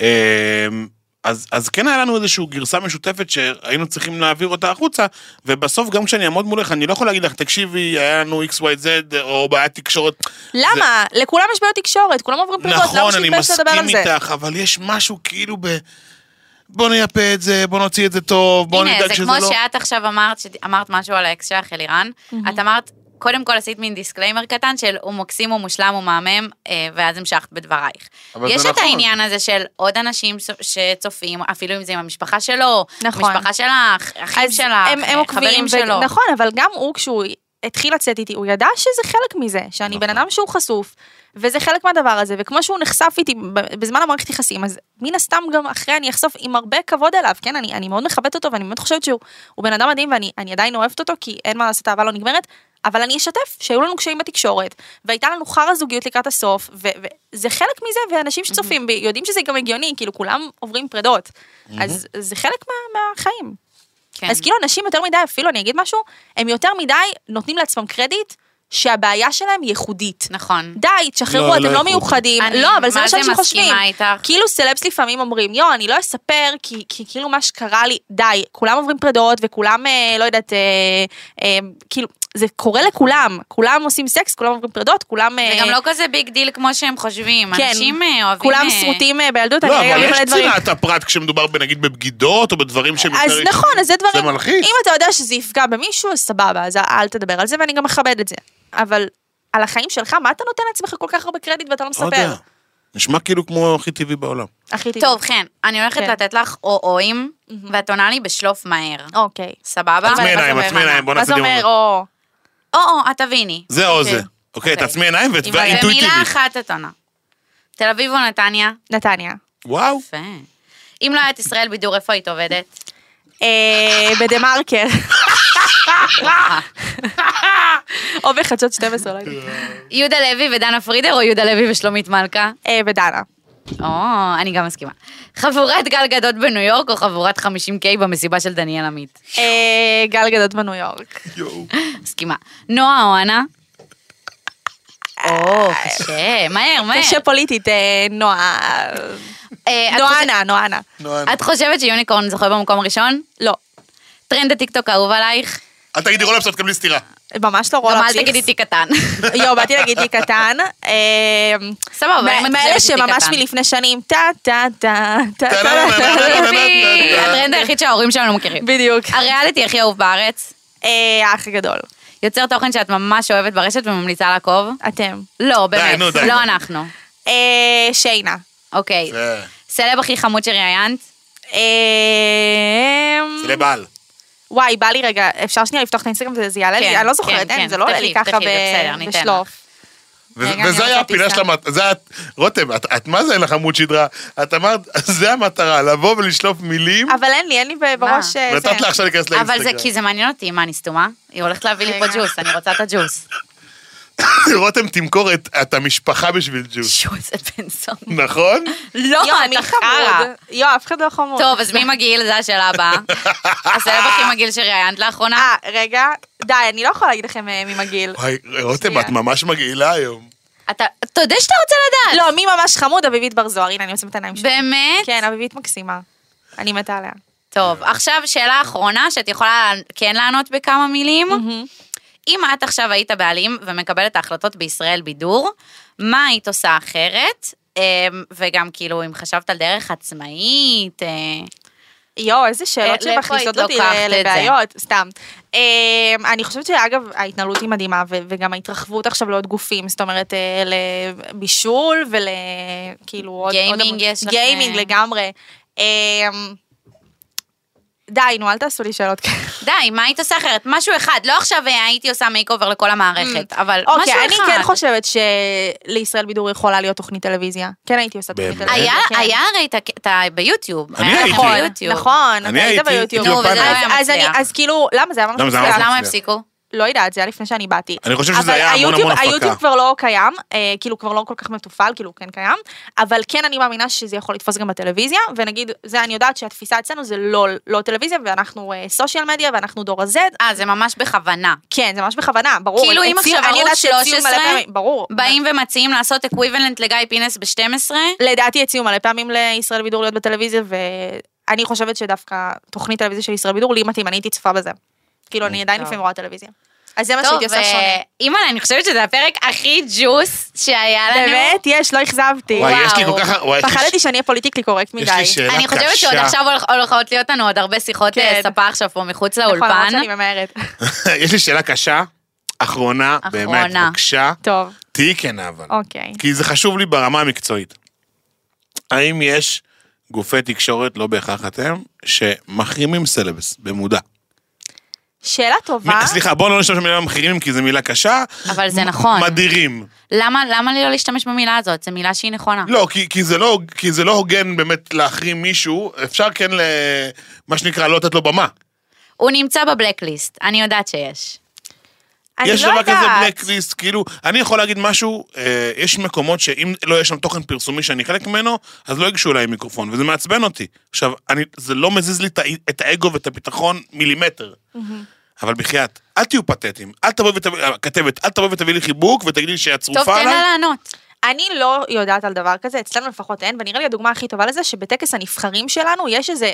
אז כן היה לנו איזושהי גרסה משותפת שהיינו צריכים להעביר אותה החוצה, ובסוף גם כשאני אעמוד מולך, אני לא יכול להגיד לך, תקשיבי, היה לנו XYZ או בעיית תקשורת. למה? לכולם יש בעיות תקשורת, כולם עוברים פרידות, נכון, אני מסכים איתך, אבל יש משהו כאילו בוא נייפה את זה, בוא נוציא את זה טוב, בוא נדאג שזה לא... הנה, זה כמו שאת עכשיו אמרת משהו על האקס שלך, אלירן, את אמרת, קודם כל עשית מין דיסקליימר קטן של הוא מקסים, הוא מושלם, הוא מהמם, ואז המשכת בדברייך. יש את העניין הזה של עוד אנשים שצופים, אפילו אם זה עם המשפחה שלו, המשפחה שלך, אחים שלך, חברים שלו. נכון, אבל גם הוא כשהוא התחיל לצאת איתי, הוא ידע שזה חלק מזה, שאני בן אדם שהוא חשוף, וזה חלק מהדבר הזה, וכמו שהוא נחשף איתי בזמן המערכת יחסים, אז מן הסתם גם אחרי אני אחשוף עם הרבה כבוד אליו, כן? אני מאוד מכבדת אותו, ואני מאוד חושבת שהוא בן אדם מדהים, ואני עדיין אוהבת אותו, כי אין מה לעשות, אהבה לא נגמרת, אבל אני אשתף שהיו לנו קשיים בתקשורת, והייתה לנו חרא זוגיות לקראת הסוף, וזה חלק מזה, ואנשים שצופים בי יודעים שזה גם הגיוני, כאילו כולם עוברים פרדות, אז זה חלק מהחיים. כן. אז כאילו אנשים יותר מדי, אפילו אני אגיד משהו, הם יותר מדי נותנים לעצמם קרדיט, שהבעיה שלהם ייחודית. נכון. די, תשחררו, לא, אתם לא לא מיוחדים. לא, אבל זה מה שאנשים חושבים. מסכימה איתך. כאילו סלבס לפעמים אומרים, אני לא אספר, כי כאילו מה שקרה לי, די, כולם עוברים פרדות, וכולם, לא יודעת, כאילו, זה קורה לכולם. כולם עושים סקס, כולם עוברים פרדות, כולם... זה גם לא כזה ביג דיל כמו שהם חושבים. כן, אנשים אוהבים... כולם סרוטים בילדות, לא, אני אבל אגיד יש מלא דברים. צנעת הפרט כשמדובר בנגיד בבגידות, או בדברים שהם יותר... אז נכון, אז זה דברים... זה מלחיץ. אם אתה יודע שזה יפגע במישהו, אז סבבה, אז אל תדבר על זה, ואני גם מכבד את זה. אבל על החיים שלך, מה אתה נותן לעצמך כל כך הרבה קרדיט ואתה לא לא יודע. מספר? נשמע כאילו כמו הכי טבעי בעולם. הכי טבעי. טוב, כן, אני הולכת כן. לתת לך או-אוים, ואת עונה לי בשלוף מהר. אוקיי. סבבה? עצמי מה זה עיניים, אומר? עצמי עיניים, בוא מה נעשה זה דיון. אומר, או... או, את תביני. זה או אוקיי. זה. אוקיי, אוקיי. תעצמי עיניים במילה ואינטואיטיבית. אחת את עונה. תל אביב או נתניה? נתניה. וואו. יפה. אם לא היה את ישראל בידור, איפה היית עובדת? בדה מרקר. או בחדשות 12, לא יודעת. יהודה לוי ודנה פרידר או יהודה לוי ושלומית מלכה? בדנה. או, אני גם מסכימה. חבורת גל גדות בניו יורק או חבורת 50K במסיבה של דניאל עמית? גל גדות בניו יורק. יואו. מסכימה. נועה או אנה? או, קשה. מהר. קשה פוליטית, נועה. את נוענה. את חושבת שיוניקורן זוכה במקום הראשון? לא. טרנד הטיקטוק האהוב עלייך? אל תגידי רולאפס, תקבלי סטירה. ממש לא גם רולאפס. אל תגידי תיק קטן. באתי להגיד לי קטן. סבבה, אבל אם את מאלה חושבת תיק שממש קטן. מלפני שנים, טה. הטרנד היחיד שההורים שלנו מכירים. בדיוק. הריאליטי הכי אהוב בארץ? האח הגדול. יוצר תוכן שאת ממש אוהבת ברשת וממליצה לעקוב? אתם. לא, באמת. נו, די. לא אנחנו. שיינה. אוקיי. סלב הכי חמוד שראיינת? זה לבעל. וואי, בא לי רגע, אפשר שנייה לפתוח את האינסטגרם וזה יעלה לי? כן, אני לא זוכרת, כן, אין, זה לא עולה לי תחליף, ככה בסדר, ניתן לך. בשלוף. רגע, אני וזה היה רוצה הפינה טיסה. של רותם, את מה זה אין לך עמוד שדרה? את אמרת, זה המטרה, לבוא ולשלוף מילים, אבל אין לי בראש זה. ונתת לה עכשיו להיכנס לאינסטגרם. אבל זה כי זה מעניין אותי, מה, אני סתומה? היא הולכת להביא לי פה רגע. ג'וס, אני רוצה את הג'וס. רותם תמכור את המשפחה בשביל ג'וס. ג'וס, את בן זון. נכון? לא, מי אתה חרא. חמוד? אף אחד לא חמוד. טוב, אז מי מגעיל? זו השאלה הבאה. הסלב הכי מגעיל שראיינת לאחרונה? רגע, די, אני לא יכולה להגיד לכם מי מגעיל. וואי, רותם, שנייה. את ממש מגעילה היום. אתה יודע שאתה רוצה לדעת. לא, מי ממש חמוד? אביבית בר זוהר, הנה אני עושה את העיניים שלי. באמת? כן, אביבית מקסימה. אני מתה עליה. טוב, עכשיו שאלה אחרונה שאת יכולה כן לענות בכמה מילים. אם את עכשיו היית בעלים ומקבלת ההחלטות בישראל בידור, מה היית עושה אחרת? וגם כאילו, אם חשבת על דרך עצמאית, איזה שאלות לאיפה שמכניסות היית אותי לוקחת את זה? לבעיות, סתם. אני חושבת שאגב, ההתנהלות היא מדהימה, וגם ההתרחבות עכשיו לעוד גופים, זאת אומרת, לבישול ולכאילו עוד... גיימינג יש לכם. גיימינג לגמרי. די, נו, אל תעשו לי שאלות כאלה. די, מה היית עושה אחרת? משהו אחד, לא עכשיו הייתי עושה מייק אובר לכל המערכת, אבל משהו אחד. אוקיי, אני כן חושבת שלישראל בידור יכולה להיות תוכנית טלוויזיה. כן הייתי עושה תוכנית באמת? טלוויזיה. כן. היה הרי אתה ביוטיוב. אני היה הייתי. לכם נכון, ביוטיוב. נכון, אני אתה היית הייתי, ביוטיוב. הייתי נו, וזה לא היה מצליח. אז כאילו, למה זה היה ממש למה זה היה מצליח? ממש למה הם מצליח. הפסיקו? לא יודעת, זה היה לפני שאני באתי. אני חושב שזה אבל היה המון המון הפקה. היוטיוב כבר לא קיים, כאילו כבר לא כל כך מתופעל, כאילו כן קיים, אבל כן אני מאמינה שזה יכול לתפוס גם בטלוויזיה, ונגיד, זה אני יודעת שהתפיסה אצלנו זה לא טלוויזיה, ואנחנו סושיאל מדיה, ואנחנו דור ה-Z. זה ממש בכוונה. כן, זה ממש בכוונה, ברור. כאילו אם עכשיו אני יודעת ערוץ שהציעו 13, מלא פעמים, ברור. באים ומציעים לעשות אקוויבלנט לגיא פינס ב-12, לדעתי הציעו מלא פעמים לישראל בידור להיות בטלוויזיה, ואני חושבת שדווקא תוכנית טלוויזיה של ישראל בידור, לי מתאים, אני הייתי צופה בזה. כאילו, אני עדיין טוב. לפעמים רואה טלוויזיה. אז זה מה טוב, שהייתי עושה שונה. אימא'לה, אני חושבת שזה הפרק הכי ג'וס שהיה לנו. באמת? יש, לא אכזבתי. וואי, יש לי וואו. כל כך... וואי, יש לי- פחדתי שאני אהיה פוליטיקלי קורקט מדי. יש לי שאלה אני חושבת שעוד קשה. עכשיו הולכות להיות לנו עוד הרבה שיחות כן. ספה עכשיו פה מחוץ נכון, למרות לאולפן. שאני ממהרת. יש לי שאלה קשה, אחרונה, באמת, אחרונה. בבקשה. טוב, תהי כנה אבל. אוקיי. כי זה חשוב לי ברמה המקצועית. האם יש גופי תקשורת, לא בהכרח אתם, שמחרימים סלבס, במודע? שאלה טובה. סליחה, בואו לא נשתמש במילה מחרימים, כי זו מילה קשה. אבל זה נכון. מדירים. למה לי לא להשתמש במילה הזאת? זו מילה שהיא נכונה. לא, כי זה לא הוגן באמת להחרים מישהו, אפשר כן, מה שנקרא, לא לתת לו במה. הוא נמצא בבלקליסט, אני יודעת שיש. יש לא דבר כזה יודעת. בלקליסט, כאילו, אני יכול להגיד משהו, יש מקומות שאם לא יש שם תוכן פרסומי שאני חלק ממנו, אז לא יגשו אליי מיקרופון, וזה מעצבן אותי. עכשיו, זה לא מזיז לי את האגו ואת הביטחון מילימטר. אבל בחייאת, אל תהיו פתטיים, אל תבואי ותביא לי חיבוק ותגידי שאת טוב, צרופה תן לה עליי. לענות. אני לא יודעת על דבר כזה, אצלנו לפחות אין, ונראה לי הדוגמה הכי טובה לזה, שבטקס הנבחרים שלנו יש איזה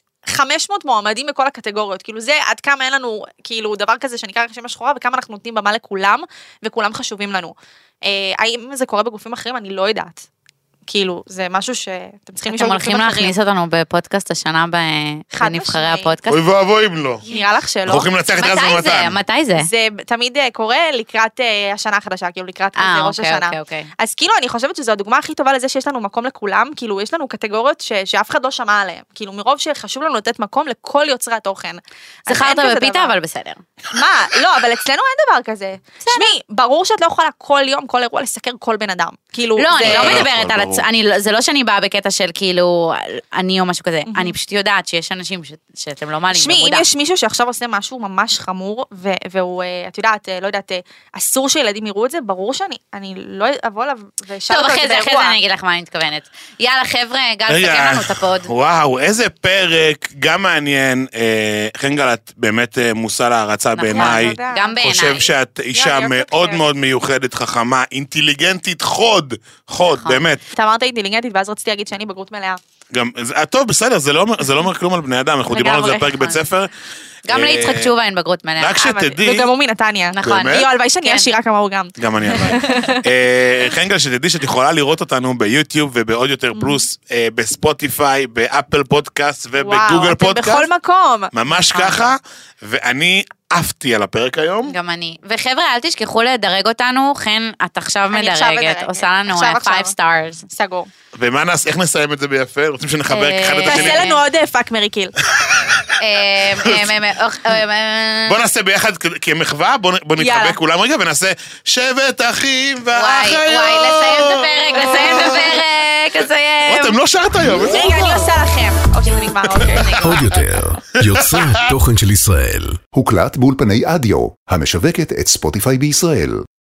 500 מועמדים בכל הקטגוריות, כאילו זה עד כמה אין לנו, כאילו דבר כזה שנקרא רשימה שחורה, וכמה אנחנו נותנים במה לכולם, וכולם חשובים לנו. האם זה קורה בגופים אחרים? אני לא יודעת. כאילו, זה משהו שאתם צריכים אתם לשאול הולכים גופים אחרים. להכניס אותנו בפודקאסט השנה בנבחרי משמעית. הפודקאסט? אוי ואבוי אם לא. נראה לך שלא. אנחנו הולכים לנצח את רז ומתן. מתי זה? זה תמיד קורה לקראת השנה החדשה, כאילו לקראת כזה ראש השנה. אוקיי. אז כאילו אני חושבת שזו הדוגמה הכי טובה לזה שיש לנו מקום לכולם, כאילו יש לנו קטגוריות שאף אחד לא שמע עליהן, כאילו מרוב שחשוב לנו לתת מקום לכל יוצרי התוכן. אז זכרת אין כזה בפיתה, דבר. אבל בסדר. מה? לא, אבל אצלנו אין דבר כזה. שמי, ברור שאת לא יכולה כל יום, כל אירוע לסקר כל בן אדם. כאילו, לא, זה- אני לא מדברת על... ברור. זה לא שאני באה בקטע של כאילו, אני או משהו כזה. אני פשוט יודעת שיש אנשים שאתם לא מעלים שמי, אם במודע. יש מישהו שעכשיו עושה משהו ממש חמור, והוא, את יודעת, לא יודעת, אסור שילדים יראו את זה, ברור שאני לא אבוא אליו ושאל טוב, אותו אחרי את זה האירוע. אני אגיד לך מה אני מתכוונת. יאללה, חבר'ה, גל, רגע, סכם לנו את הפוד. וואו, איזה פרק, גם מעניין. חן גל, את באמת מושא להערצה בעיניי. תודה. גם בעיניי. חושב שאת אישה אני אוהבת מאוד אתכם. מאוד מיוחדת, חכמה, אינטליגנטית, חוד, נכון. באמת. אתה אמרת אינטליגנטית, ואז רציתי להגיד שאני בגרות מלאה. גם, טוב, בסדר, זה לא אומר כלום על בני אדם, אנחנו דיברנו על זה בפרק בית ספר. גם ליצחק תשובה אין בגרות מלאה. רק שתדעי, וגם הוא מנתניה. נכון. באמת? יו, הלוואי שאני כן. עשירה כמוהו גם. גם אני עליי. חן גל, שתדעי שאת יכולה לראות אותנו ביוטיוב ובעוד יותר פלוס, בספוטיפיי, באפל פודקאסט ובגוגל וואו, אתם פודקאסט. בכל מקום. ממש ככה, ואני עפתי על הפרק היום. גם אני. וחבר'ה, אל תשכחו לדרג אותנו, חן, את עכשיו אני עכשיו מדרגת, מדרגת. עושה לנו עכשיו. 5 stars. סגור. ומה נעשה, איך נסיים את זה ביפה? רוצים שנחבר אחד את השני? תעשה לנו עוד פאק מרי קיל. בוא נעשה ביחד כמחווה, בוא יאללה. נתחבק כולם רגע ונעשה שבט אחים ואחיות. וואי, לסיים את הפרק, לסיים. אתם לא שרת היום. איזה רגע, אני עושה לכם. או שזה נגמר, אוקיי. עוד יותר, יוצרי התוכן של ישראל. הוקלט באולפני אדיו, המשווקת את ספוטיפיי בישראל.